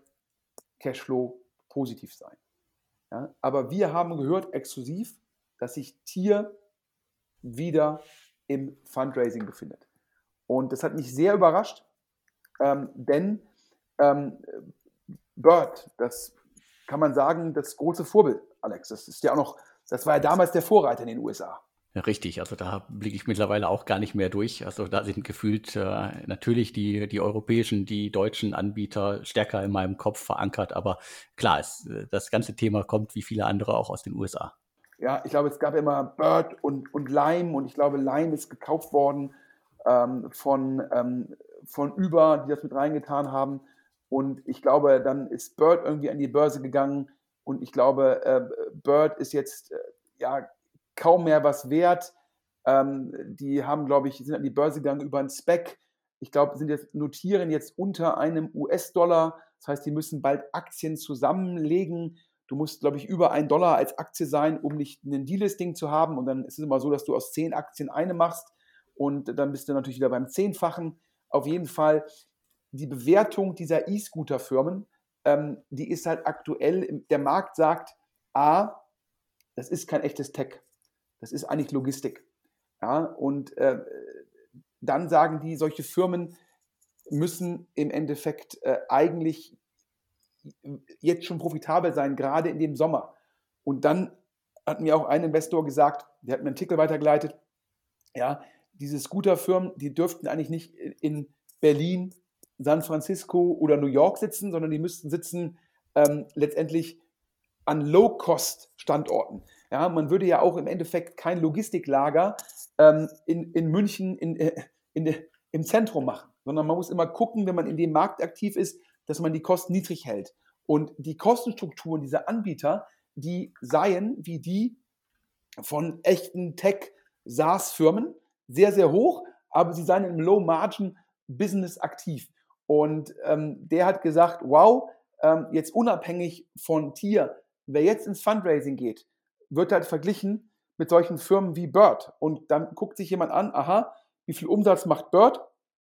Cashflow positiv sein. Ja, aber wir haben gehört exklusiv, dass sich Tier wieder im Fundraising befindet. Und das hat mich sehr überrascht, ähm, denn ähm, Bird, das kann man sagen, das große Vorbild, Alex, das ist ja auch noch, das war ja damals der Vorreiter in den U S A. Ja, richtig, also da blicke ich mittlerweile auch gar nicht mehr durch. Also da sind gefühlt äh, natürlich die, die europäischen, die deutschen Anbieter stärker in meinem Kopf verankert. Aber klar, es, äh, das ganze Thema kommt wie viele andere auch aus den U S A. Ja, ich glaube, es gab immer Bird und, und Lime und ich glaube, Lime ist gekauft worden ähm, von, ähm, von Uber, die das mit reingetan haben. Und ich glaube, dann ist Bird irgendwie an die Börse gegangen und ich glaube, äh, Bird ist jetzt äh, ja kaum mehr was wert. Ähm, die haben, glaube ich, sind an die Börse gegangen über einen Spec. Ich glaube, sind jetzt notieren jetzt unter einem U S-Dollar. Das heißt, die müssen bald Aktien zusammenlegen. Du musst, glaube ich, über einen Dollar als Aktie sein, um nicht ein Delisting zu haben. Und dann ist es immer so, dass du aus zehn Aktien eine machst und dann bist du natürlich wieder beim Zehnfachen. Auf jeden Fall die Bewertung dieser E-Scooter-Firmen, ähm, die ist halt aktuell, der Markt sagt, A, das ist kein echtes Tech, das ist eigentlich Logistik. Ja, und äh, dann sagen die, solche Firmen müssen im Endeffekt äh, eigentlich jetzt schon profitabel sein, gerade in dem Sommer. Und dann hat mir auch ein Investor gesagt, der hat mir einen Artikel weitergeleitet, ja, diese Scooterfirmen, die dürften eigentlich nicht in Berlin, San Francisco oder New York sitzen, sondern die müssten sitzen ähm, letztendlich an Low-Cost-Standorten. Ja, man würde ja auch im Endeffekt kein Logistiklager ähm, in, in München in, in, in, im Zentrum machen, sondern man muss immer gucken, wenn man in dem Markt aktiv ist, dass man die Kosten niedrig hält. Und die Kostenstrukturen dieser Anbieter, die seien wie die von echten Tech-SaaS-Firmen sehr, sehr hoch, aber sie seien im Low-Margin-Business aktiv. Und ähm, der hat gesagt, wow, ähm, jetzt unabhängig von Tier, wer jetzt ins Fundraising geht, wird halt verglichen mit solchen Firmen wie Bird. Und dann guckt sich jemand an, aha, wie viel Umsatz macht Bird?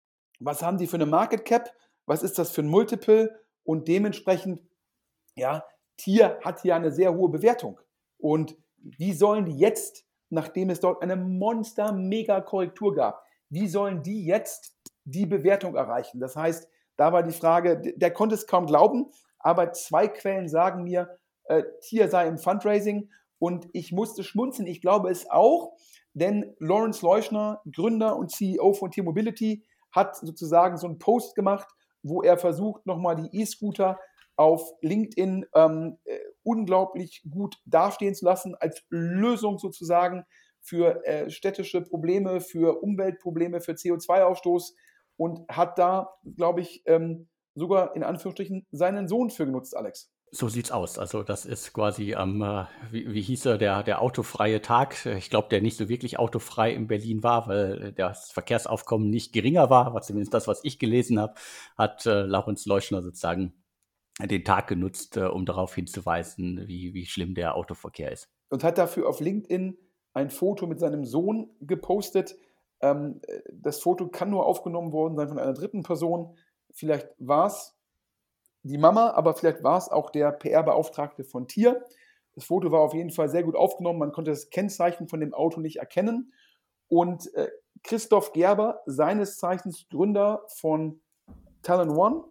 Was haben die für eine Market Cap? Was ist das für ein Multiple? Und dementsprechend, ja, Tier hat hier eine sehr hohe Bewertung. Und wie sollen die jetzt, nachdem es dort eine Monster-Mega-Korrektur gab, wie sollen die jetzt die Bewertung erreichen? Das heißt, da war die Frage, der konnte es kaum glauben, aber zwei Quellen sagen mir, äh, Tier sei im Fundraising und ich musste schmunzeln. Ich glaube es auch, denn Lawrence Leuschner, Gründer und C E O von Tier Mobility, hat sozusagen so einen Post gemacht, wo er versucht, nochmal die E-Scooter auf LinkedIn ähm, äh, unglaublich gut dastehen zu lassen, als Lösung sozusagen für äh, städtische Probleme, für Umweltprobleme, für C O zwei Ausstoß und hat da, glaube ich, ähm, sogar in Anführungsstrichen seinen Sohn für genutzt, Alex. So sieht's aus. Also das ist quasi am, äh, wie, wie hieß er, der, der autofreie Tag. Ich glaube, der nicht so wirklich autofrei in Berlin war, weil das Verkehrsaufkommen nicht geringer war, war zumindest das, was ich gelesen habe, hat äh, Laurens Leuschner sozusagen den Tag genutzt, äh, um darauf hinzuweisen, wie, wie schlimm der Autoverkehr ist. Und hat dafür auf LinkedIn ein Foto mit seinem Sohn gepostet. Ähm, das Foto kann nur aufgenommen worden sein von einer dritten Person. Vielleicht war es die Mama, aber vielleicht war es auch der P R-Beauftragte von Tier. Das Foto war auf jeden Fall sehr gut aufgenommen. Man konnte das Kennzeichen von dem Auto nicht erkennen. Und äh, Christoph Gerber, seines Zeichens Gründer von Talon One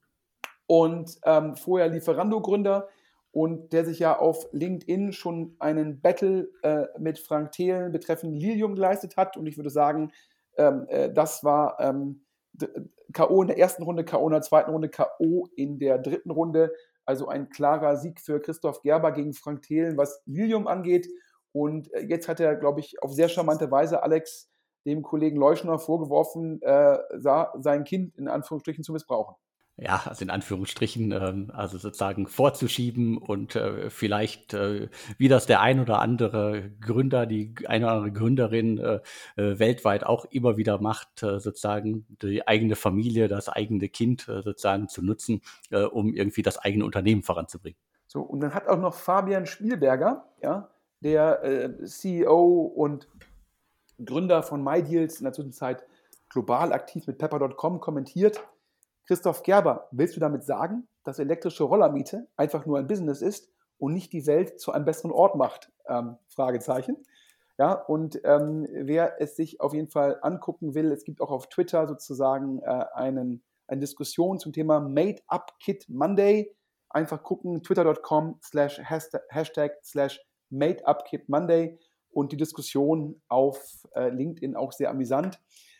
und ähm, vorher Lieferando-Gründer und der sich ja auf LinkedIn schon einen Battle äh, mit Frank Thelen betreffend Lilium geleistet hat. Und ich würde sagen, ähm, äh, das war ähm, K O in der ersten Runde, K O in der zweiten Runde, K O in der dritten Runde. Also ein klarer Sieg für Christoph Gerber gegen Frank Thelen, was Lilium angeht. Und äh, jetzt hat er, glaube ich, auf sehr charmante Weise Alex dem Kollegen Leuschner vorgeworfen, äh, sein Kind in Anführungsstrichen zu missbrauchen. Ja, also in Anführungsstrichen, ähm, also sozusagen vorzuschieben und äh, vielleicht, äh, wie das der ein oder andere Gründer, die eine oder andere Gründerin äh, äh, weltweit auch immer wieder macht, äh, sozusagen die eigene Familie, das eigene Kind äh, sozusagen zu nutzen, äh, um irgendwie das eigene Unternehmen voranzubringen. So, und dann hat auch noch Fabian Spielberger, ja, der äh, C E O und Gründer von MyDeals, in der Zwischenzeit global aktiv mit Pepper Punkt com, kommentiert: Christoph Gerber, willst du damit sagen, dass elektrische Rollermiete einfach nur ein Business ist und nicht die Welt zu einem besseren Ort macht? Ähm, Fragezeichen. Ja, und ähm, wer es sich auf jeden Fall angucken will, es gibt auch auf Twitter sozusagen äh, einen, eine Diskussion zum Thema Made Up Kit Monday. Einfach gucken, twitter Punkt com slash Hashtag slash Made Up Kit Monday. und die Diskussion auf äh, LinkedIn auch sehr amüsant.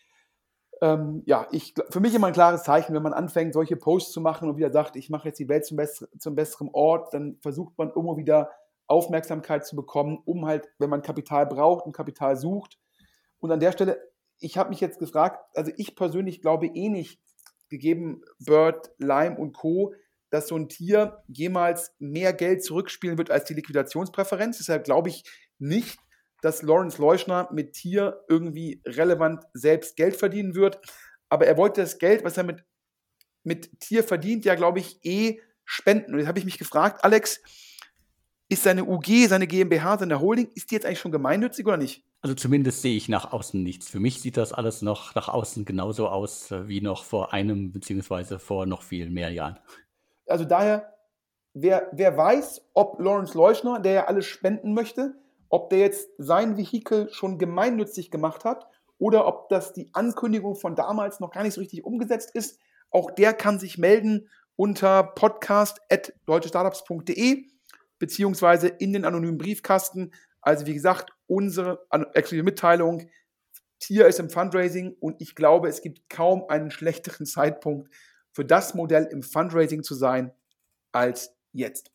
Ähm, ja, ich, für mich immer ein klares Zeichen, wenn man anfängt, solche Posts zu machen und wieder sagt, ich mache jetzt die Welt zum, bess- zum besseren Ort, dann versucht man immer wieder Aufmerksamkeit zu bekommen, um halt, wenn man Kapital braucht und Kapital sucht. Und an der Stelle, ich habe mich jetzt gefragt, also ich persönlich glaube eh nicht, gegeben Bird, Lime und Co., dass so ein Tier jemals mehr Geld zurückspielen wird als die Liquidationspräferenz. Deshalb glaube ich nicht, dass Lawrence Leuschner mit Tier irgendwie relevant selbst Geld verdienen wird. Aber er wollte das Geld, was er mit, mit Tier verdient, ja, glaube ich, eh spenden. Und jetzt habe ich mich gefragt, Alex, ist seine U G, seine GmbH, seine Holding, ist die jetzt eigentlich schon gemeinnützig oder nicht? Also zumindest sehe ich nach außen nichts. Für mich sieht das alles noch nach außen genauso aus äh, wie noch vor einem beziehungsweise vor noch viel mehr Jahren. Also daher, wer, wer weiß, ob Lawrence Leuschner, der ja alles spenden möchte, ob der jetzt sein Vehikel schon gemeinnützig gemacht hat oder ob das die Ankündigung von damals noch gar nicht so richtig umgesetzt ist, auch der kann sich melden unter podcast at deutschestartups punkt de beziehungsweise in den anonymen Briefkasten. Also wie gesagt, unsere exklusive Mitteilung, Tier ist im Fundraising und ich glaube, es gibt kaum einen schlechteren Zeitpunkt für das Modell im Fundraising zu sein als jetzt.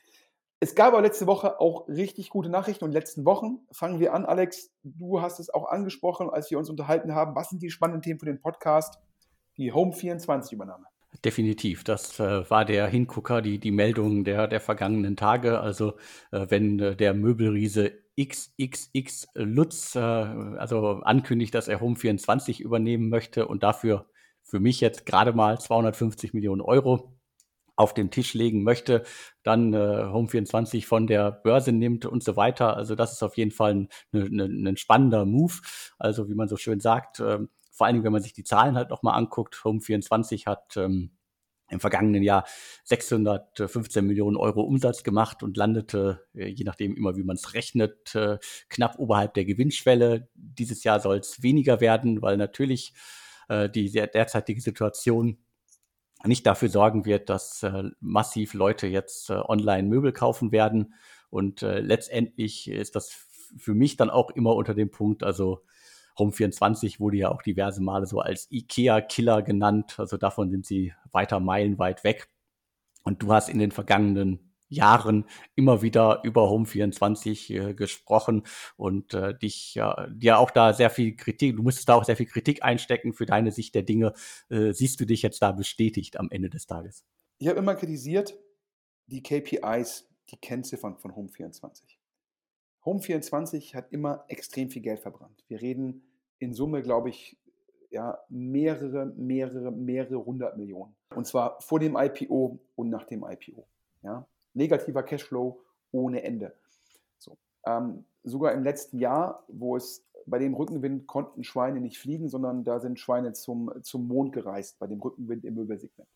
Es gab aber letzte Woche auch richtig gute Nachrichten und in den letzten Wochen fangen wir an, Alex, du hast es auch angesprochen, als wir uns unterhalten haben, was sind die spannenden Themen für den Podcast? Die Home vierundzwanzig-Übernahme. Definitiv, das äh, war der Hingucker, die, die Meldung der, der vergangenen Tage. Also äh, wenn äh, der Möbelriese X X X Lutz äh, also ankündigt, dass er Home vierundzwanzig übernehmen möchte und dafür für mich jetzt gerade mal zweihundertfünfzig Millionen Euro auf den Tisch legen möchte, dann äh, Home vierundzwanzig von der Börse nimmt und so weiter. Also das ist auf jeden Fall ein, ein, ein spannender Move. Also wie man so schön sagt, ähm, vor allen Dingen, wenn man sich die Zahlen halt nochmal anguckt. Home vierundzwanzig hat ähm, im vergangenen Jahr sechshundertfünfzehn Millionen Euro Umsatz gemacht und landete, äh, je nachdem immer wie man es rechnet, äh, knapp oberhalb der Gewinnschwelle. Dieses Jahr soll es weniger werden, weil natürlich äh, die der, derzeitige Situation nicht dafür sorgen wird, dass äh, massiv Leute jetzt äh, online Möbel kaufen werden. Und äh, letztendlich ist das f- für mich dann auch immer unter dem Punkt, also Home vierundzwanzig wurde ja auch diverse Male so als IKEA-Killer genannt. Also davon sind sie weiter meilenweit weg. Und du hast in den vergangenen Jahren immer wieder über Home vierundzwanzig äh, gesprochen und äh, dich ja, dir auch da sehr viel Kritik, du musstest da auch sehr viel Kritik einstecken für deine Sicht der Dinge. Äh, siehst du dich jetzt da bestätigt am Ende des Tages? Ich habe immer kritisiert die K P Is, die Kennziffern von Home vierundzwanzig. Home vierundzwanzig hat immer extrem viel Geld verbrannt. Wir reden in Summe, glaube ich, ja, mehrere, mehrere, mehrere hundert Millionen. Und zwar vor dem I P O und nach dem I P O. Ja? Negativer Cashflow ohne Ende. So. Ähm, sogar im letzten Jahr, wo es bei dem Rückenwind konnten Schweine nicht fliegen, sondern da sind Schweine zum, zum Mond gereist, bei dem Rückenwind im Möbelsegment.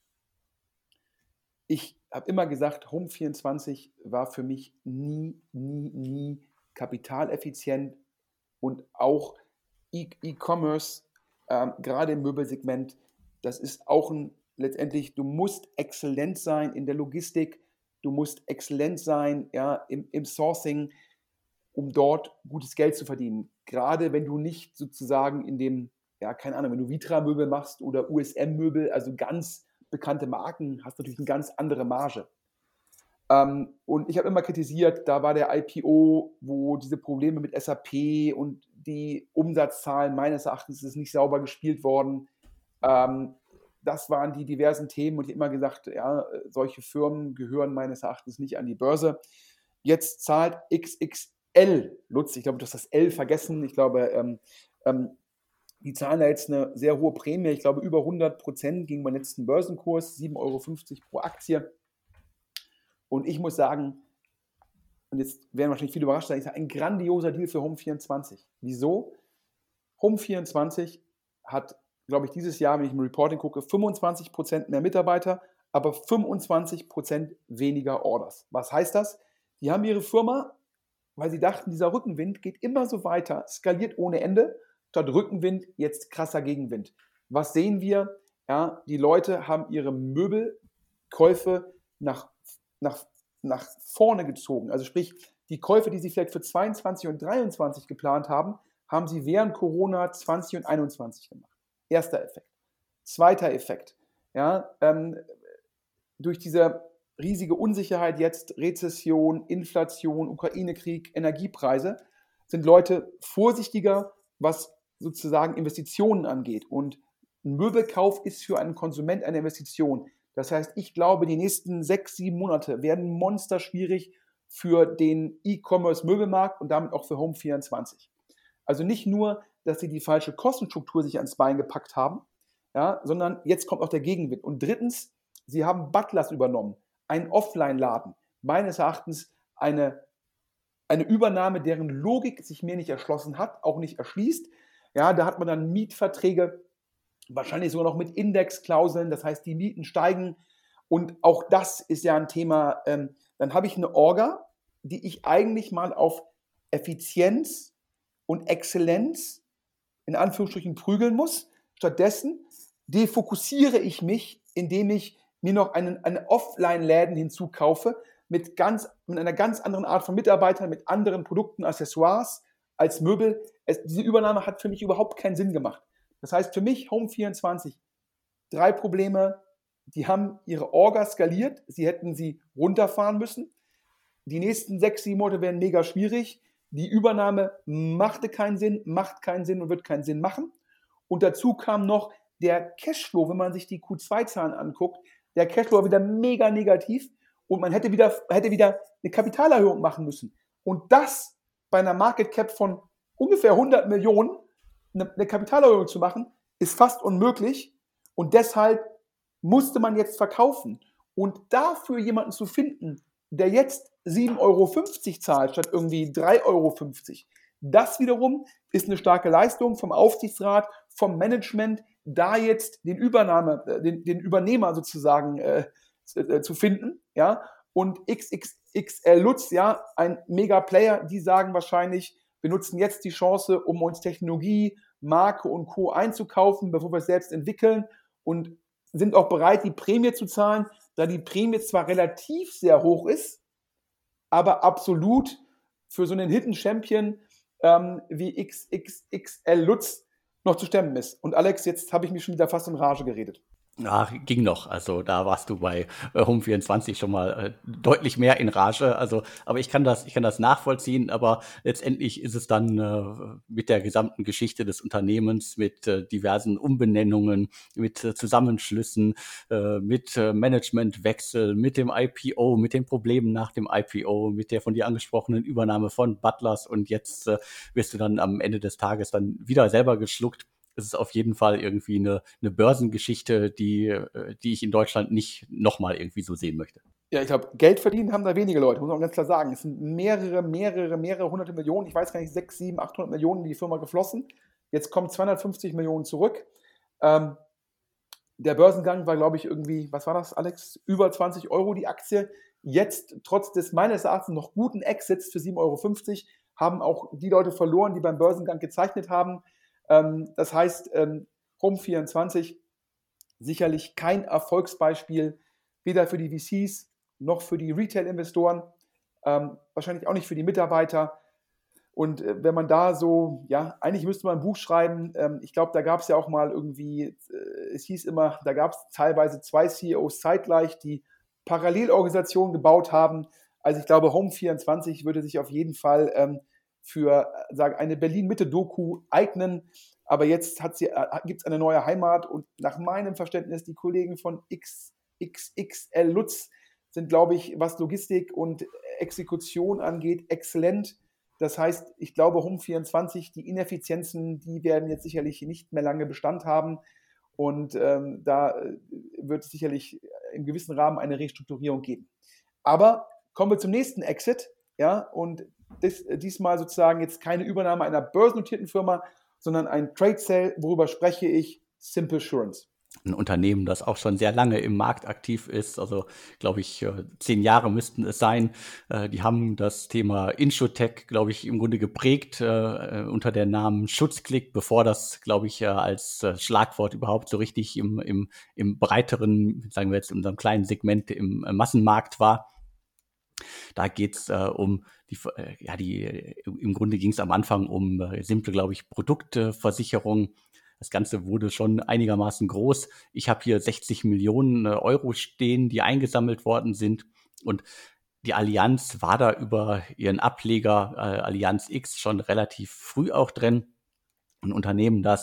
Ich habe immer gesagt, Home vierundzwanzig war für mich nie, nie, nie kapitaleffizient und auch E- E-Commerce, ähm, gerade im Möbelsegment, das ist auch ein, letztendlich, du musst exzellent sein in der Logistik, du musst exzellent sein, ja, im, im Sourcing, um dort gutes Geld zu verdienen. Gerade wenn du nicht sozusagen in dem, ja, keine Ahnung, wenn du Vitra-Möbel machst oder U S M-Möbel, also ganz bekannte Marken, hast du natürlich eine ganz andere Marge. Ähm, und ich habe immer kritisiert, da war der I P O, wo diese Probleme mit S A P und die Umsatzzahlen meines Erachtens ist nicht sauber gespielt worden. Ähm, das waren die diversen Themen und ich habe immer gesagt, ja, solche Firmen gehören meines Erachtens nicht an die Börse. Jetzt zahlt X X L, Lutz, ich glaube, du hast das L vergessen, ich glaube, ähm, ähm, die zahlen da jetzt eine sehr hohe Prämie, ich glaube über hundert Prozent gegen meinen letzten Börsenkurs, sieben Euro fünfzig pro Aktie. Und ich muss sagen, und jetzt werden wahrscheinlich viele überrascht sein, ich sage, ein grandioser Deal für Home vierundzwanzig. Wieso? Home vierundzwanzig hat, glaube ich, dieses Jahr, wenn ich im Reporting gucke, fünfundzwanzig Prozent mehr Mitarbeiter, aber fünfundzwanzig Prozent weniger Orders. Was heißt das? Die haben ihre Firma, weil sie dachten, dieser Rückenwind geht immer so weiter, skaliert ohne Ende, statt Rückenwind jetzt krasser Gegenwind. Was sehen wir? Ja, die Leute haben ihre Möbelkäufe nach, nach, nach vorne gezogen. Also sprich, Die Käufe, die sie vielleicht für zweiundzwanzig und dreiundzwanzig geplant haben, haben sie während Corona zwanzig und einundzwanzig gemacht. Erster Effekt. Zweiter Effekt. Ja, ähm, durch diese riesige Unsicherheit jetzt, Rezession, Inflation, Ukraine-Krieg, Energiepreise, sind Leute vorsichtiger, was sozusagen Investitionen angeht. Und ein Möbelkauf ist für einen Konsument eine Investition. Das heißt, ich glaube, die nächsten sechs, sieben Monate werden monsterschwierig für den E-Commerce-Möbelmarkt und damit auch für Home vierundzwanzig. Also nicht nur, dass sie die falsche Kostenstruktur sich ans Bein gepackt haben, ja, sondern jetzt kommt auch der Gegenwind. Und drittens, sie haben Butlers übernommen, einen Offline-Laden. Meines Erachtens eine, eine Übernahme, deren Logik sich mir nicht erschlossen hat, auch nicht erschließt. Ja, da hat man dann Mietverträge, wahrscheinlich sogar noch mit Indexklauseln, das heißt, die Mieten steigen. Und auch das ist ja ein Thema. Ähm, dann habe ich eine Orga, die ich eigentlich mal auf Effizienz und Exzellenz in Anführungsstrichen prügeln muss. Stattdessen defokussiere ich mich, indem ich mir noch einen, eine Offline-Läden hinzukaufe mit, ganz, mit einer ganz anderen Art von Mitarbeitern, mit anderen Produkten, Accessoires als Möbel. Es, diese Übernahme hat für mich überhaupt keinen Sinn gemacht. Das heißt für mich Home vierundzwanzig, drei Probleme, die haben ihre Orga skaliert, sie hätten sie runterfahren müssen. Die nächsten sechs, sieben Monate werden mega schwierig. Die Übernahme machte keinen Sinn, macht keinen Sinn und wird keinen Sinn machen. Und dazu kam noch der Cashflow, wenn man sich die Q zwei Zahlen anguckt, der Cashflow war wieder mega negativ und man hätte wieder, hätte wieder eine Kapitalerhöhung machen müssen. Und das bei einer Market Cap von ungefähr hundert Millionen, eine, eine Kapitalerhöhung zu machen, ist fast unmöglich. Und deshalb musste man jetzt verkaufen. Und dafür jemanden zu finden, der jetzt sieben Euro fünfzig zahlt, statt irgendwie drei Euro fünfzig, das wiederum ist eine starke Leistung vom Aufsichtsrat, vom Management, da jetzt den Übernahme, den, den Übernehmer sozusagen äh, zu finden, ja. Und X X X L Lutz, ja, ein Mega-Player, die sagen wahrscheinlich, wir nutzen jetzt die Chance, um uns Technologie, Marke und Co. einzukaufen, bevor wir es selbst entwickeln und sind auch bereit, die Prämie zu zahlen, da die Prämie zwar relativ sehr hoch ist, aber absolut für so einen Hidden Champion ähm, wie X X X L Lutz noch zu stemmen ist. Und Alex, jetzt habe ich mich schon wieder fast in Rage geredet. Ja, ging noch. Also da warst du bei äh, Home vierundzwanzig schon mal äh, deutlich mehr in Rage. Also, aber ich kann das, ich kann das nachvollziehen. Aber letztendlich ist es dann äh, mit der gesamten Geschichte des Unternehmens, mit äh, diversen Umbenennungen, mit äh, Zusammenschlüssen, äh, mit äh, Managementwechsel, mit dem I P O, mit den Problemen nach dem I P O, mit der von dir angesprochenen Übernahme von Butlers und jetzt äh, wirst du dann am Ende des Tages dann wieder selber geschluckt. Es ist auf jeden Fall irgendwie eine, eine Börsengeschichte, die, die ich in Deutschland nicht nochmal irgendwie so sehen möchte. Ja, ich glaube, Geld verdienen haben da wenige Leute, muss man ganz klar sagen. Es sind mehrere, mehrere, mehrere hunderte Millionen, ich weiß gar nicht, sechs, sieben, achthundert Millionen in die Firma geflossen. Jetzt kommen zweihundertfünfzig Millionen zurück. Ähm, der Börsengang war, glaube ich, irgendwie, was war das, Alex? Über zwanzig Euro die Aktie. Jetzt, trotz des meines Erachtens noch guten Exits für sieben Euro fünfzig, haben auch die Leute verloren, die beim Börsengang gezeichnet haben. Das heißt, Home vierundzwanzig sicherlich kein Erfolgsbeispiel, weder für die V Cs noch für die Retail-Investoren, wahrscheinlich auch nicht für die Mitarbeiter. Und wenn man da so, ja, eigentlich müsste man ein Buch schreiben. Ich glaube, da gab es ja auch mal irgendwie, es hieß immer, da gab es teilweise zwei C E Os zeitgleich, die Parallelorganisationen gebaut haben. Also ich glaube, Home vierundzwanzig würde sich auf jeden Fall ähm, für sagen, eine Berlin-Mitte-Doku eignen. Aber jetzt äh, gibt es eine neue Heimat und nach meinem Verständnis, die Kollegen von X X X L Lutz sind, glaube ich, was Logistik und Exekution angeht, exzellent. Das heißt, ich glaube, Home vierundzwanzig, die Ineffizienzen, die werden jetzt sicherlich nicht mehr lange Bestand haben. Und ähm, da wird es sicherlich im gewissen Rahmen eine Restrukturierung geben. Aber kommen wir zum nächsten Exit. Ja, und das, diesmal sozusagen jetzt keine Übernahme einer börsennotierten Firma, sondern ein Trade Sale. Worüber spreche ich? Simple Assurance. Ein Unternehmen, das auch schon sehr lange im Markt aktiv ist, also glaube ich, zehn Jahre müssten es sein. Die haben das Thema Insurtech, glaube ich, im Grunde geprägt äh, unter der Namen Schutzklick, bevor das, glaube ich, als Schlagwort überhaupt so richtig im, im, im breiteren, sagen wir jetzt in unserem kleinen Segment im Massenmarkt war. Da geht es äh, um die, äh, ja, die, im Grunde ging es am Anfang um äh, simple, glaube ich, Produktversicherung. Das Ganze wurde schon einigermaßen groß. Ich habe hier sechzig Millionen äh, Euro stehen, die eingesammelt worden sind. Und die Allianz war da über ihren Ableger äh, Allianz X schon relativ früh auch drin. Ein Unternehmen, das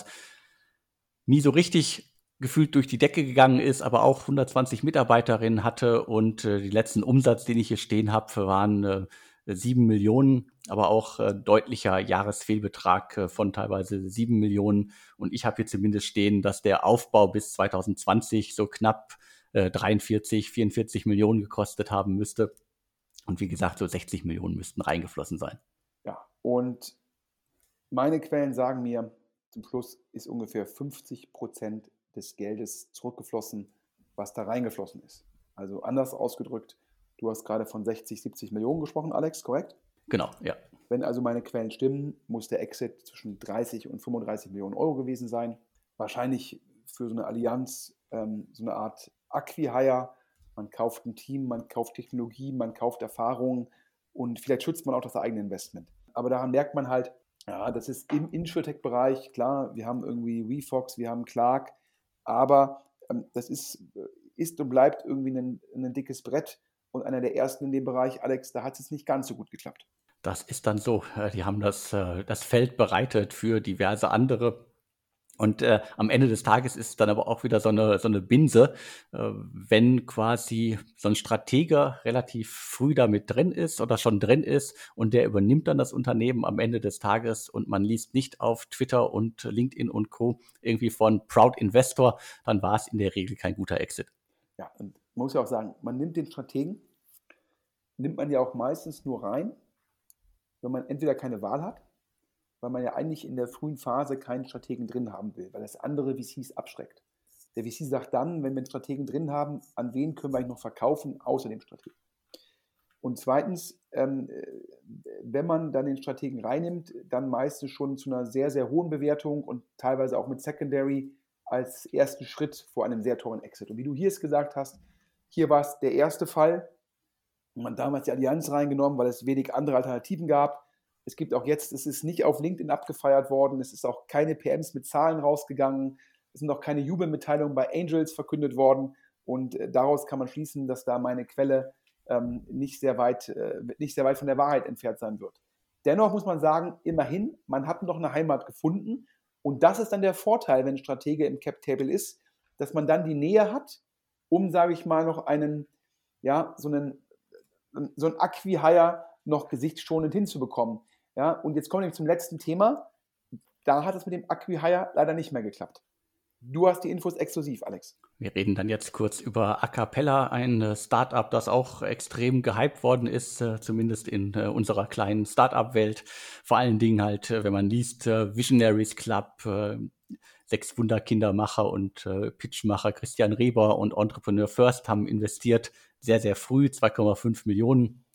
nie so richtig gefühlt durch die Decke gegangen ist, aber auch hundertzwanzig Mitarbeiterinnen hatte und äh, die letzten Umsatz, den ich hier stehen habe, waren äh, sieben Millionen, aber auch äh, deutlicher Jahresfehlbetrag äh, von teilweise sieben Millionen. Und ich habe hier zumindest stehen, dass der Aufbau bis zwanzig zwanzig so knapp äh, dreiundvierzig, vierundvierzig Millionen gekostet haben müsste. Und wie gesagt, so sechzig Millionen müssten reingeflossen sein. Ja, und meine Quellen sagen mir, zum Schluss ist ungefähr fünfzig Prozent des Geldes zurückgeflossen, was da reingeflossen ist. Also anders ausgedrückt, du hast gerade von sechzig, siebzig Millionen gesprochen, Alex, korrekt? Genau, ja. Wenn also meine Quellen stimmen, muss der Exit zwischen dreißig und fünfunddreißig Millionen Euro gewesen sein. Wahrscheinlich für so eine Allianz ähm, so eine Art Acqui-Hire. Man kauft ein Team, man kauft Technologie, man kauft Erfahrungen und vielleicht schützt man auch das eigene Investment. Aber daran merkt man halt, ja, das ist im Insurtech-Bereich, klar, wir haben irgendwie WeFox, wir haben Clark, aber ähm, das ist, ist und bleibt irgendwie ein, ein dickes Brett und einer der ersten in dem Bereich, Alex, da hat es jetzt nicht ganz so gut geklappt. Das ist dann so. Äh, Die haben das, äh, das Feld bereitet für diverse andere. Und äh, am Ende des Tages ist es dann aber auch wieder so eine, so eine Binse, äh, wenn quasi so ein Stratege relativ früh damit drin ist oder schon drin ist und der übernimmt dann das Unternehmen am Ende des Tages und man liest nicht auf Twitter und LinkedIn und Co. irgendwie von Proud Investor, dann war es in der Regel kein guter Exit. Ja, und man muss ja auch sagen, man nimmt den Strategen, nimmt man ja auch meistens nur rein, wenn man entweder keine Wahl hat, weil man ja eigentlich in der frühen Phase keinen Strategen drin haben will, weil das andere V Cs abschreckt. Der V C sagt dann, wenn wir einen Strategen drin haben, an wen können wir eigentlich noch verkaufen, außer dem Strategen. Und zweitens, ähm, wenn man dann den Strategen reinnimmt, dann meistens schon zu einer sehr, sehr hohen Bewertung und teilweise auch mit Secondary als ersten Schritt vor einem sehr teuren Exit. Und wie du hier es gesagt hast, hier war es der erste Fall. Man hat damals die Allianz reingenommen, weil es wenig andere Alternativen gab. Es gibt auch jetzt, es ist nicht auf LinkedIn abgefeiert worden, es ist auch keine P Ms mit Zahlen rausgegangen, es sind auch keine Jubelmitteilungen bei Angels verkündet worden und daraus kann man schließen, dass da meine Quelle ähm, nicht, sehr weit, äh, nicht sehr weit von der Wahrheit entfernt sein wird. Dennoch muss man sagen, immerhin, man hat noch eine Heimat gefunden und das ist dann der Vorteil, wenn ein Stratege im Cap-Table ist, dass man dann die Nähe hat, um, sage ich mal, noch einen, ja, so einen so ein Acqui-Hire noch gesichtsschonend hinzubekommen. Ja, und jetzt kommen wir zum letzten Thema. Da hat es mit dem Acqui-Hire leider nicht mehr geklappt. Du hast die Infos exklusiv, Alex. Wir reden dann jetzt kurz über Acapella, ein äh, Startup, das auch extrem gehypt worden ist, äh, zumindest in äh, unserer kleinen Startup-Welt. Vor allen Dingen halt, äh, wenn man liest, äh, Visionaries Club, äh, sechs Wunderkindermacher und äh, Pitchmacher Christian Reber und Entrepreneur First haben investiert, sehr, sehr früh, zwei Komma fünf Millionen.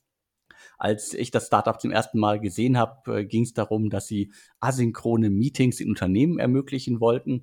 Als ich das Startup zum ersten Mal gesehen habe, äh, ging es darum, dass sie asynchrone Meetings in Unternehmen ermöglichen wollten.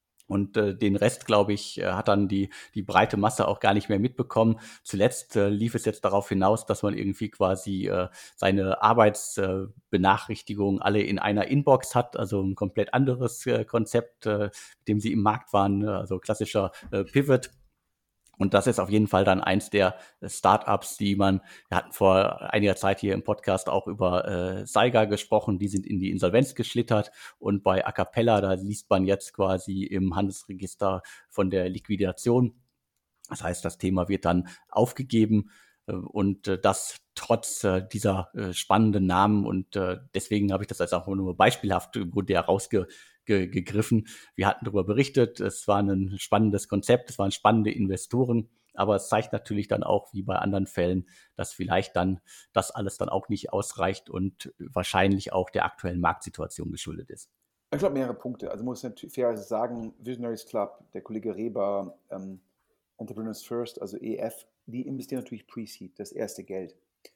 Und äh, den Rest, glaube ich, äh, hat dann die, die breite Masse auch gar nicht mehr mitbekommen. Zuletzt äh, lief es jetzt darauf hinaus, dass man irgendwie quasi äh, seine Arbeitsbenachrichtigungen äh, alle in einer Inbox hat, also ein komplett anderes äh, Konzept, äh, mit dem sie im Markt waren, also klassischer äh, Pivot. Und das ist auf jeden Fall dann eins der Startups, die man, wir hatten vor einiger Zeit hier im Podcast auch über äh, Saiga gesprochen, die sind in die Insolvenz geschlittert und bei Acapella, da liest man jetzt quasi im Handelsregister von der Liquidation. Das heißt, das Thema wird dann aufgegeben äh, und äh, das trotz äh, dieser äh, spannenden Namen und äh, deswegen habe ich das als auch nur beispielhaft irgendwo der rausge gegriffen. Wir hatten darüber berichtet, es war ein spannendes Konzept, es waren spannende Investoren, aber es zeigt natürlich dann auch, wie bei anderen Fällen, dass vielleicht dann das alles dann auch nicht ausreicht und wahrscheinlich auch der aktuellen Marktsituation geschuldet ist. Ich glaube, mehrere Punkte. Also muss ich natürlich fairerweise sagen, Visionaries Club, der Kollege Reber, ähm, Entrepreneurs First, also E F, die investieren natürlich Pre-Seed, das erste Geld.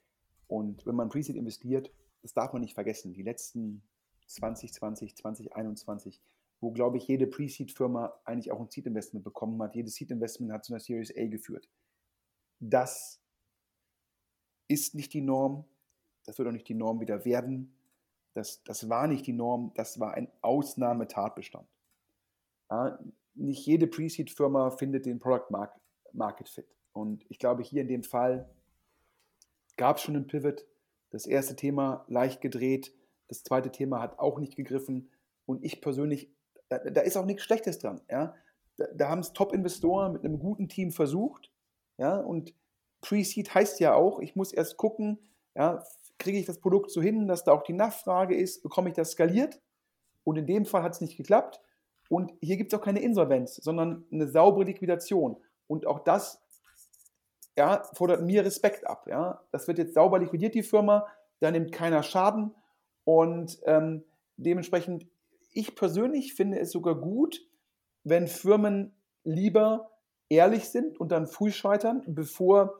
Und wenn man Pre-Seed investiert, das darf man nicht vergessen, die letzten zwanzig zwanzig, zwanzig einundzwanzig, wo, glaube ich, jede Pre-Seed-Firma eigentlich auch ein Seed-Investment bekommen hat. Jedes Seed-Investment hat zu einer Series A geführt. Das ist nicht die Norm, das wird auch nicht die Norm wieder werden. Das, das war nicht die Norm, das war ein Ausnahmetatbestand. Ja, nicht jede Pre-Seed-Firma findet den Product Market Fit. Und ich glaube, hier in dem Fall gab es schon einen Pivot. Das erste Thema leicht gedreht, das zweite Thema hat auch nicht gegriffen. Und ich persönlich, da, da ist auch nichts Schlechtes dran. Ja? Da, da haben es Top-Investoren mit einem guten Team versucht. Ja? Und Pre-Seed heißt ja auch, ich muss erst gucken, ja, kriege ich das Produkt so hin, dass da auch die Nachfrage ist, bekomme ich das skaliert? Und in dem Fall hat es nicht geklappt. Und hier gibt es auch keine Insolvenz, sondern eine saubere Liquidation. Und auch das ja, fordert mir Respekt ab. Ja? Das wird jetzt sauber liquidiert, die Firma, da nimmt keiner Schaden. Und ähm, dementsprechend, ich persönlich finde es sogar gut, wenn Firmen lieber ehrlich sind und dann früh scheitern, bevor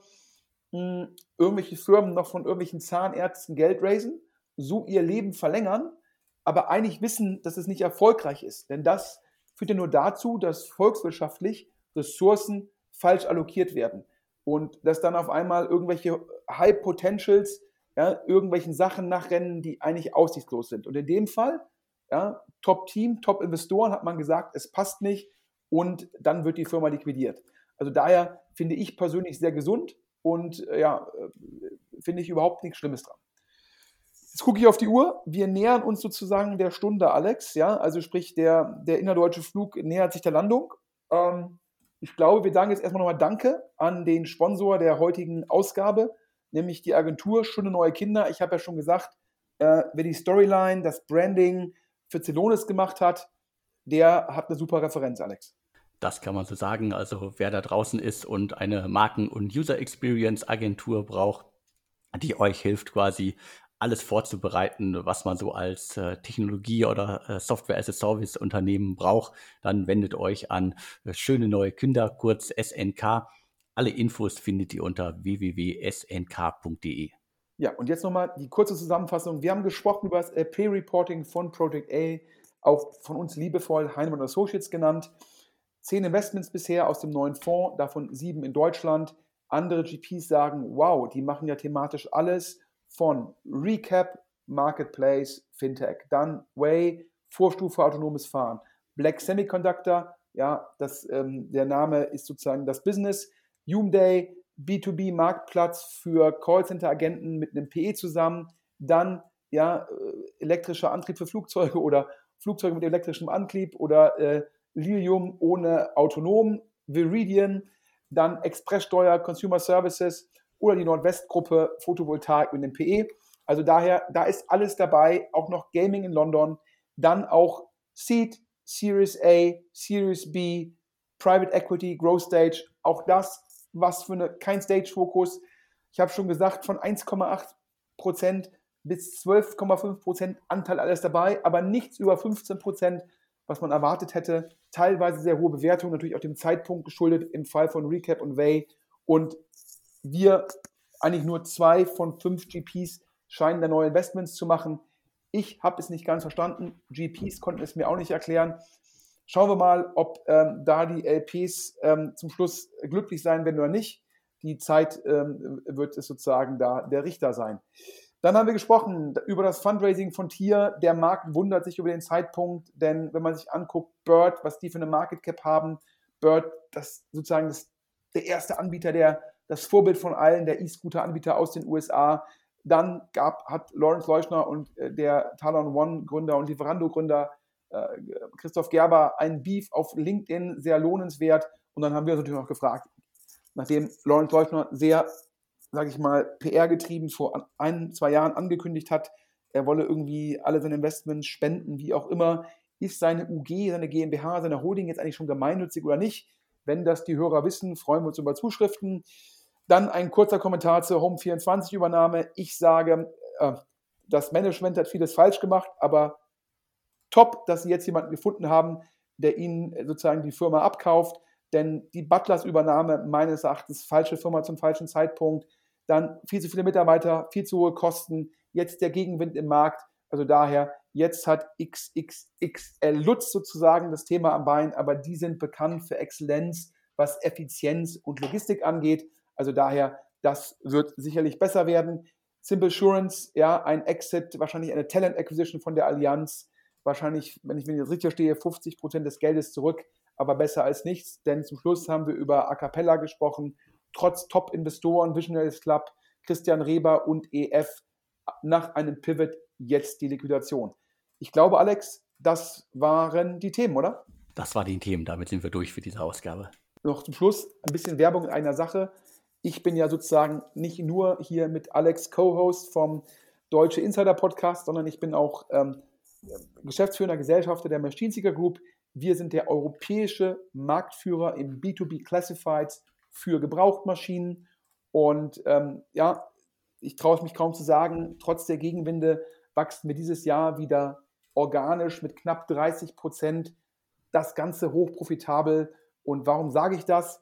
mh, irgendwelche Firmen noch von irgendwelchen Zahnärzten Geld raisen, so ihr Leben verlängern, aber eigentlich wissen, dass es nicht erfolgreich ist. Denn das führt ja nur dazu, dass volkswirtschaftlich Ressourcen falsch allokiert werden. Und dass dann auf einmal irgendwelche High Potentials ja, irgendwelchen Sachen nachrennen, die eigentlich aussichtslos sind. Und in dem Fall, ja, Top-Team, Top-Investoren, hat man gesagt, es passt nicht und dann wird die Firma liquidiert. Also daher finde ich persönlich sehr gesund und äh, ja, finde ich überhaupt nichts Schlimmes dran. Jetzt gucke ich auf die Uhr. Wir nähern uns sozusagen der Stunde, Alex. Ja, also sprich, der, der innerdeutsche Flug nähert sich der Landung. Ähm, ich glaube, wir sagen jetzt erstmal nochmal Danke an den Sponsor der heutigen Ausgabe, nämlich die Agentur Schöne Neue Kinder. Ich habe ja schon gesagt, äh, wer die Storyline, das Branding für Celonis gemacht hat, der hat eine super Referenz, Alex. Das kann man so sagen. Also wer da draußen ist und eine Marken- und User-Experience-Agentur braucht, die euch hilft quasi alles vorzubereiten, was man so als äh, Technologie- oder äh, Software-as-a-Service-Unternehmen braucht, dann wendet euch an äh, Schöne Neue Kinder, kurz S N K. Alle Infos findet ihr unter w w w punkt s n k punkt d e. Ja, und jetzt nochmal die kurze Zusammenfassung. Wir haben gesprochen über das L P-Reporting von Project A, auch von uns liebevoll Heinemann Associates genannt. Zehn Investments bisher aus dem neuen Fonds, davon sieben in Deutschland. Andere G Ps sagen, wow, die machen ja thematisch alles von Recap, Marketplace, Fintech, dann Way, Vorstufe autonomes Fahren, Black Semiconductor, ja, das, ähm, der Name ist sozusagen das Business, Humeday, B zwei B Marktplatz für Callcenter-Agenten mit einem P E zusammen, dann ja, elektrischer Antrieb für Flugzeuge oder Flugzeuge mit elektrischem Antrieb oder äh, Lilium ohne autonom, Viridian, dann Expresssteuer, Consumer Services oder die Nordwest-Gruppe Photovoltaik mit dem P E. Also daher, da ist alles dabei, auch noch Gaming in London, dann auch Seed, Series A, Series B, Private Equity, Growth Stage, auch das, was für eine, kein Stage-Fokus. Ich habe schon gesagt, von eins Komma acht Prozent bis zwölf Komma fünf Prozent Anteil alles dabei, aber nichts über fünfzehn Prozent, was man erwartet hätte. Teilweise sehr hohe Bewertungen, natürlich auch dem Zeitpunkt geschuldet im Fall von Recap und Way. Und wir, eigentlich nur zwei von fünf G Ps, scheinen da neue Investments zu machen. Ich habe es nicht ganz verstanden. G Ps konnten es mir auch nicht erklären. Schauen wir mal, ob ähm, da die L Ps ähm, zum Schluss glücklich sein werden oder nicht. Die Zeit ähm, wird es sozusagen da der Richter sein. Dann haben wir gesprochen über das Fundraising von Tier. Der Markt wundert sich über den Zeitpunkt, denn wenn man sich anguckt, Bird, was die für eine Market Cap haben, Bird, das sozusagen das, der erste Anbieter, der das Vorbild von allen, der E-Scooter-Anbieter aus den U S A. Dann gab, hat Lawrence Leuschner und äh, der Talon One-Gründer und Lieferando-Gründer äh, Christoph Gerber einen Beef auf LinkedIn, sehr lohnenswert. Und dann haben wir uns natürlich noch gefragt, nachdem Lawrence Leuschner sehr, sage ich mal, P R getrieben vor ein, zwei Jahren angekündigt hat, er wolle irgendwie alle seine Investments spenden, wie auch immer, ist seine U G, seine GmbH, seine Holding jetzt eigentlich schon gemeinnützig oder nicht? Wenn das die Hörer wissen, freuen wir uns über Zuschriften. Dann ein kurzer Kommentar zur Home vierundzwanzig Übernahme. Ich sage, äh, das Management hat vieles falsch gemacht, aber top, dass sie jetzt jemanden gefunden haben, der ihnen sozusagen die Firma abkauft. Denn die Butlers Übernahme, meines Erachtens, falsche Firma zum falschen Zeitpunkt. Dann viel zu viele Mitarbeiter, viel zu hohe Kosten. Jetzt der Gegenwind im Markt. Also daher, jetzt hat X X X L Lutz sozusagen das Thema am Bein, aber die sind bekannt für Exzellenz, was Effizienz und Logistik angeht. Also daher Das wird sicherlich besser werden. Simple Assurance, ja, ein Exit, wahrscheinlich eine Talent Acquisition von der Allianz. Wahrscheinlich, wenn ich, wenn ich jetzt richtig verstehe, fünfzig Prozent des Geldes zurück, aber besser als nichts. Denn zum Schluss haben wir über A Capella gesprochen, trotz Top-Investoren, Visionaries Club, Christian Reber und E F, nach einem Pivot jetzt die Liquidation. Ich glaube, Alex, das waren die Themen, oder? Das waren die Themen, damit sind wir durch für diese Ausgabe. Noch zum Schluss ein bisschen Werbung in einer Sache. Ich bin ja sozusagen nicht nur hier mit Alex Co-Host vom Deutsche Insider Podcast, sondern ich bin auch ähm, geschäftsführender Gesellschafter der Machine Seeker Group. Wir sind der europäische Marktführer im B zwei B Classifieds für Gebrauchtmaschinen. Und ähm, ja, ich traue es mich kaum zu sagen, trotz der Gegenwinde wachsen wir dieses Jahr wieder organisch mit knapp dreißig Prozent. Das Ganze hochprofitabel. Und warum sage ich das?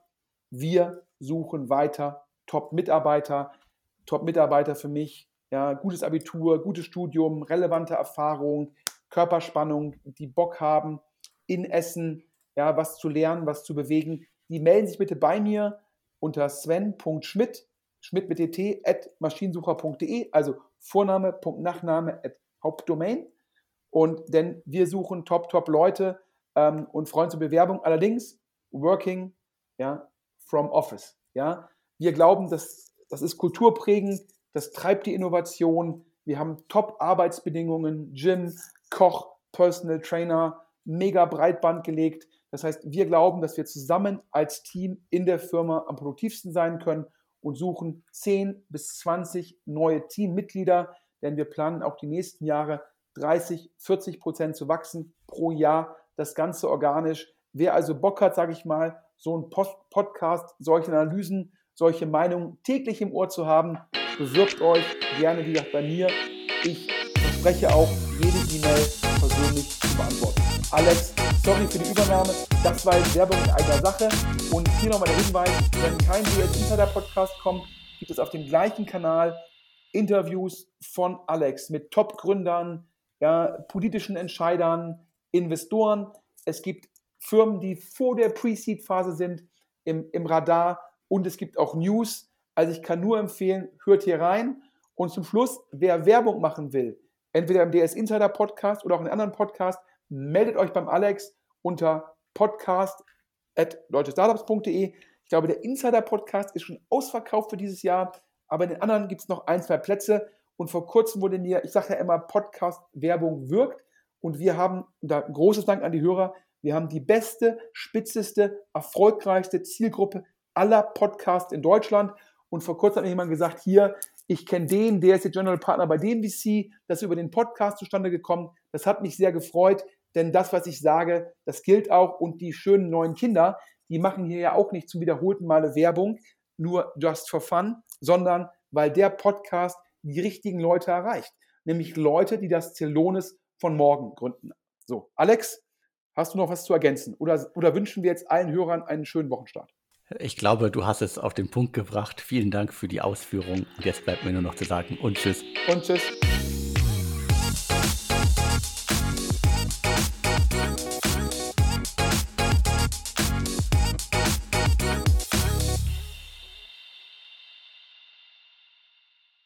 Wir suchen weiter Top-Mitarbeiter. Top-Mitarbeiter für mich, ja, gutes Abitur, gutes Studium, relevante Erfahrung, Körperspannung, die Bock haben, in Essen, ja, was zu lernen, was zu bewegen. Die melden sich bitte bei mir unter sven punkt schmidt, schmidt mit dt, at maschinensucher punkt de, also Vorname, Punkt, Nachname, at Hauptdomain. Und denn wir suchen top, top Leute ähm, und freuen uns zur Bewerbung. Allerdings working, ja, from office. Ja. Wir glauben, dass, das ist kulturprägend, das treibt die Innovation. Wir haben Top-Arbeitsbedingungen, Gym, Koch, Personal Trainer, mega Breitband gelegt. Das heißt, wir glauben, dass wir zusammen als Team in der Firma am produktivsten sein können und suchen zehn bis zwanzig neue Teammitglieder, denn wir planen auch die nächsten Jahre dreißig, vierzig Prozent zu wachsen pro Jahr, das Ganze organisch. Wer also Bock hat, sage ich mal, so ein Post- Podcast, solche Analysen, solche Meinungen täglich im Ohr zu haben, bewirbt euch gerne wieder bei mir. Ich verspreche auch, jede E-Mail persönlich zu beantworten. Alex, sorry für die Übernahme, das war jetzt Werbung in eigener Sache. Und hier nochmal der Hinweis, wenn kein D S Insider Podcast kommt, gibt es auf dem gleichen Kanal Interviews von Alex mit Top-Gründern, ja, politischen Entscheidern, Investoren. Es gibt Firmen, die vor der Pre-Seed-Phase sind, im, im Radar, und es gibt auch News. Also ich kann nur empfehlen, hört hier rein. Und zum Schluss, wer Werbung machen will, entweder im D S Insider Podcast oder auch in anderen Podcasts, meldet euch beim Alex unter podcast at deutsche startups punkt de. Ich glaube, der Insider Podcast ist schon ausverkauft für dieses Jahr, aber in den anderen gibt es noch ein, zwei Plätze. Und vor kurzem wurde mir, ich sage ja immer, Podcast-Werbung wirkt. Und wir haben, da großes Dank an die Hörer, wir haben die beste, spitzeste, erfolgreichste Zielgruppe aller Podcasts in Deutschland. Und vor kurzem hat mir jemand gesagt, hier, ich kenne den, der ist jetzt General Partner bei dem V C, das ist über den Podcast zustande gekommen. Das hat mich sehr gefreut, denn das, was ich sage, das gilt auch. Und die schönen neuen Kinder, die machen hier ja auch nicht zum wiederholten Male Werbung, nur just for fun, sondern weil der Podcast die richtigen Leute erreicht. Nämlich Leute, die das Celonis von morgen gründen. So, Alex, hast du noch was zu ergänzen? Oder, oder wünschen wir jetzt allen Hörern einen schönen Wochenstart? Ich glaube, du hast es auf den Punkt gebracht. Vielen Dank für die Ausführung. Und jetzt bleibt mir nur noch zu sagen und tschüss. Und tschüss.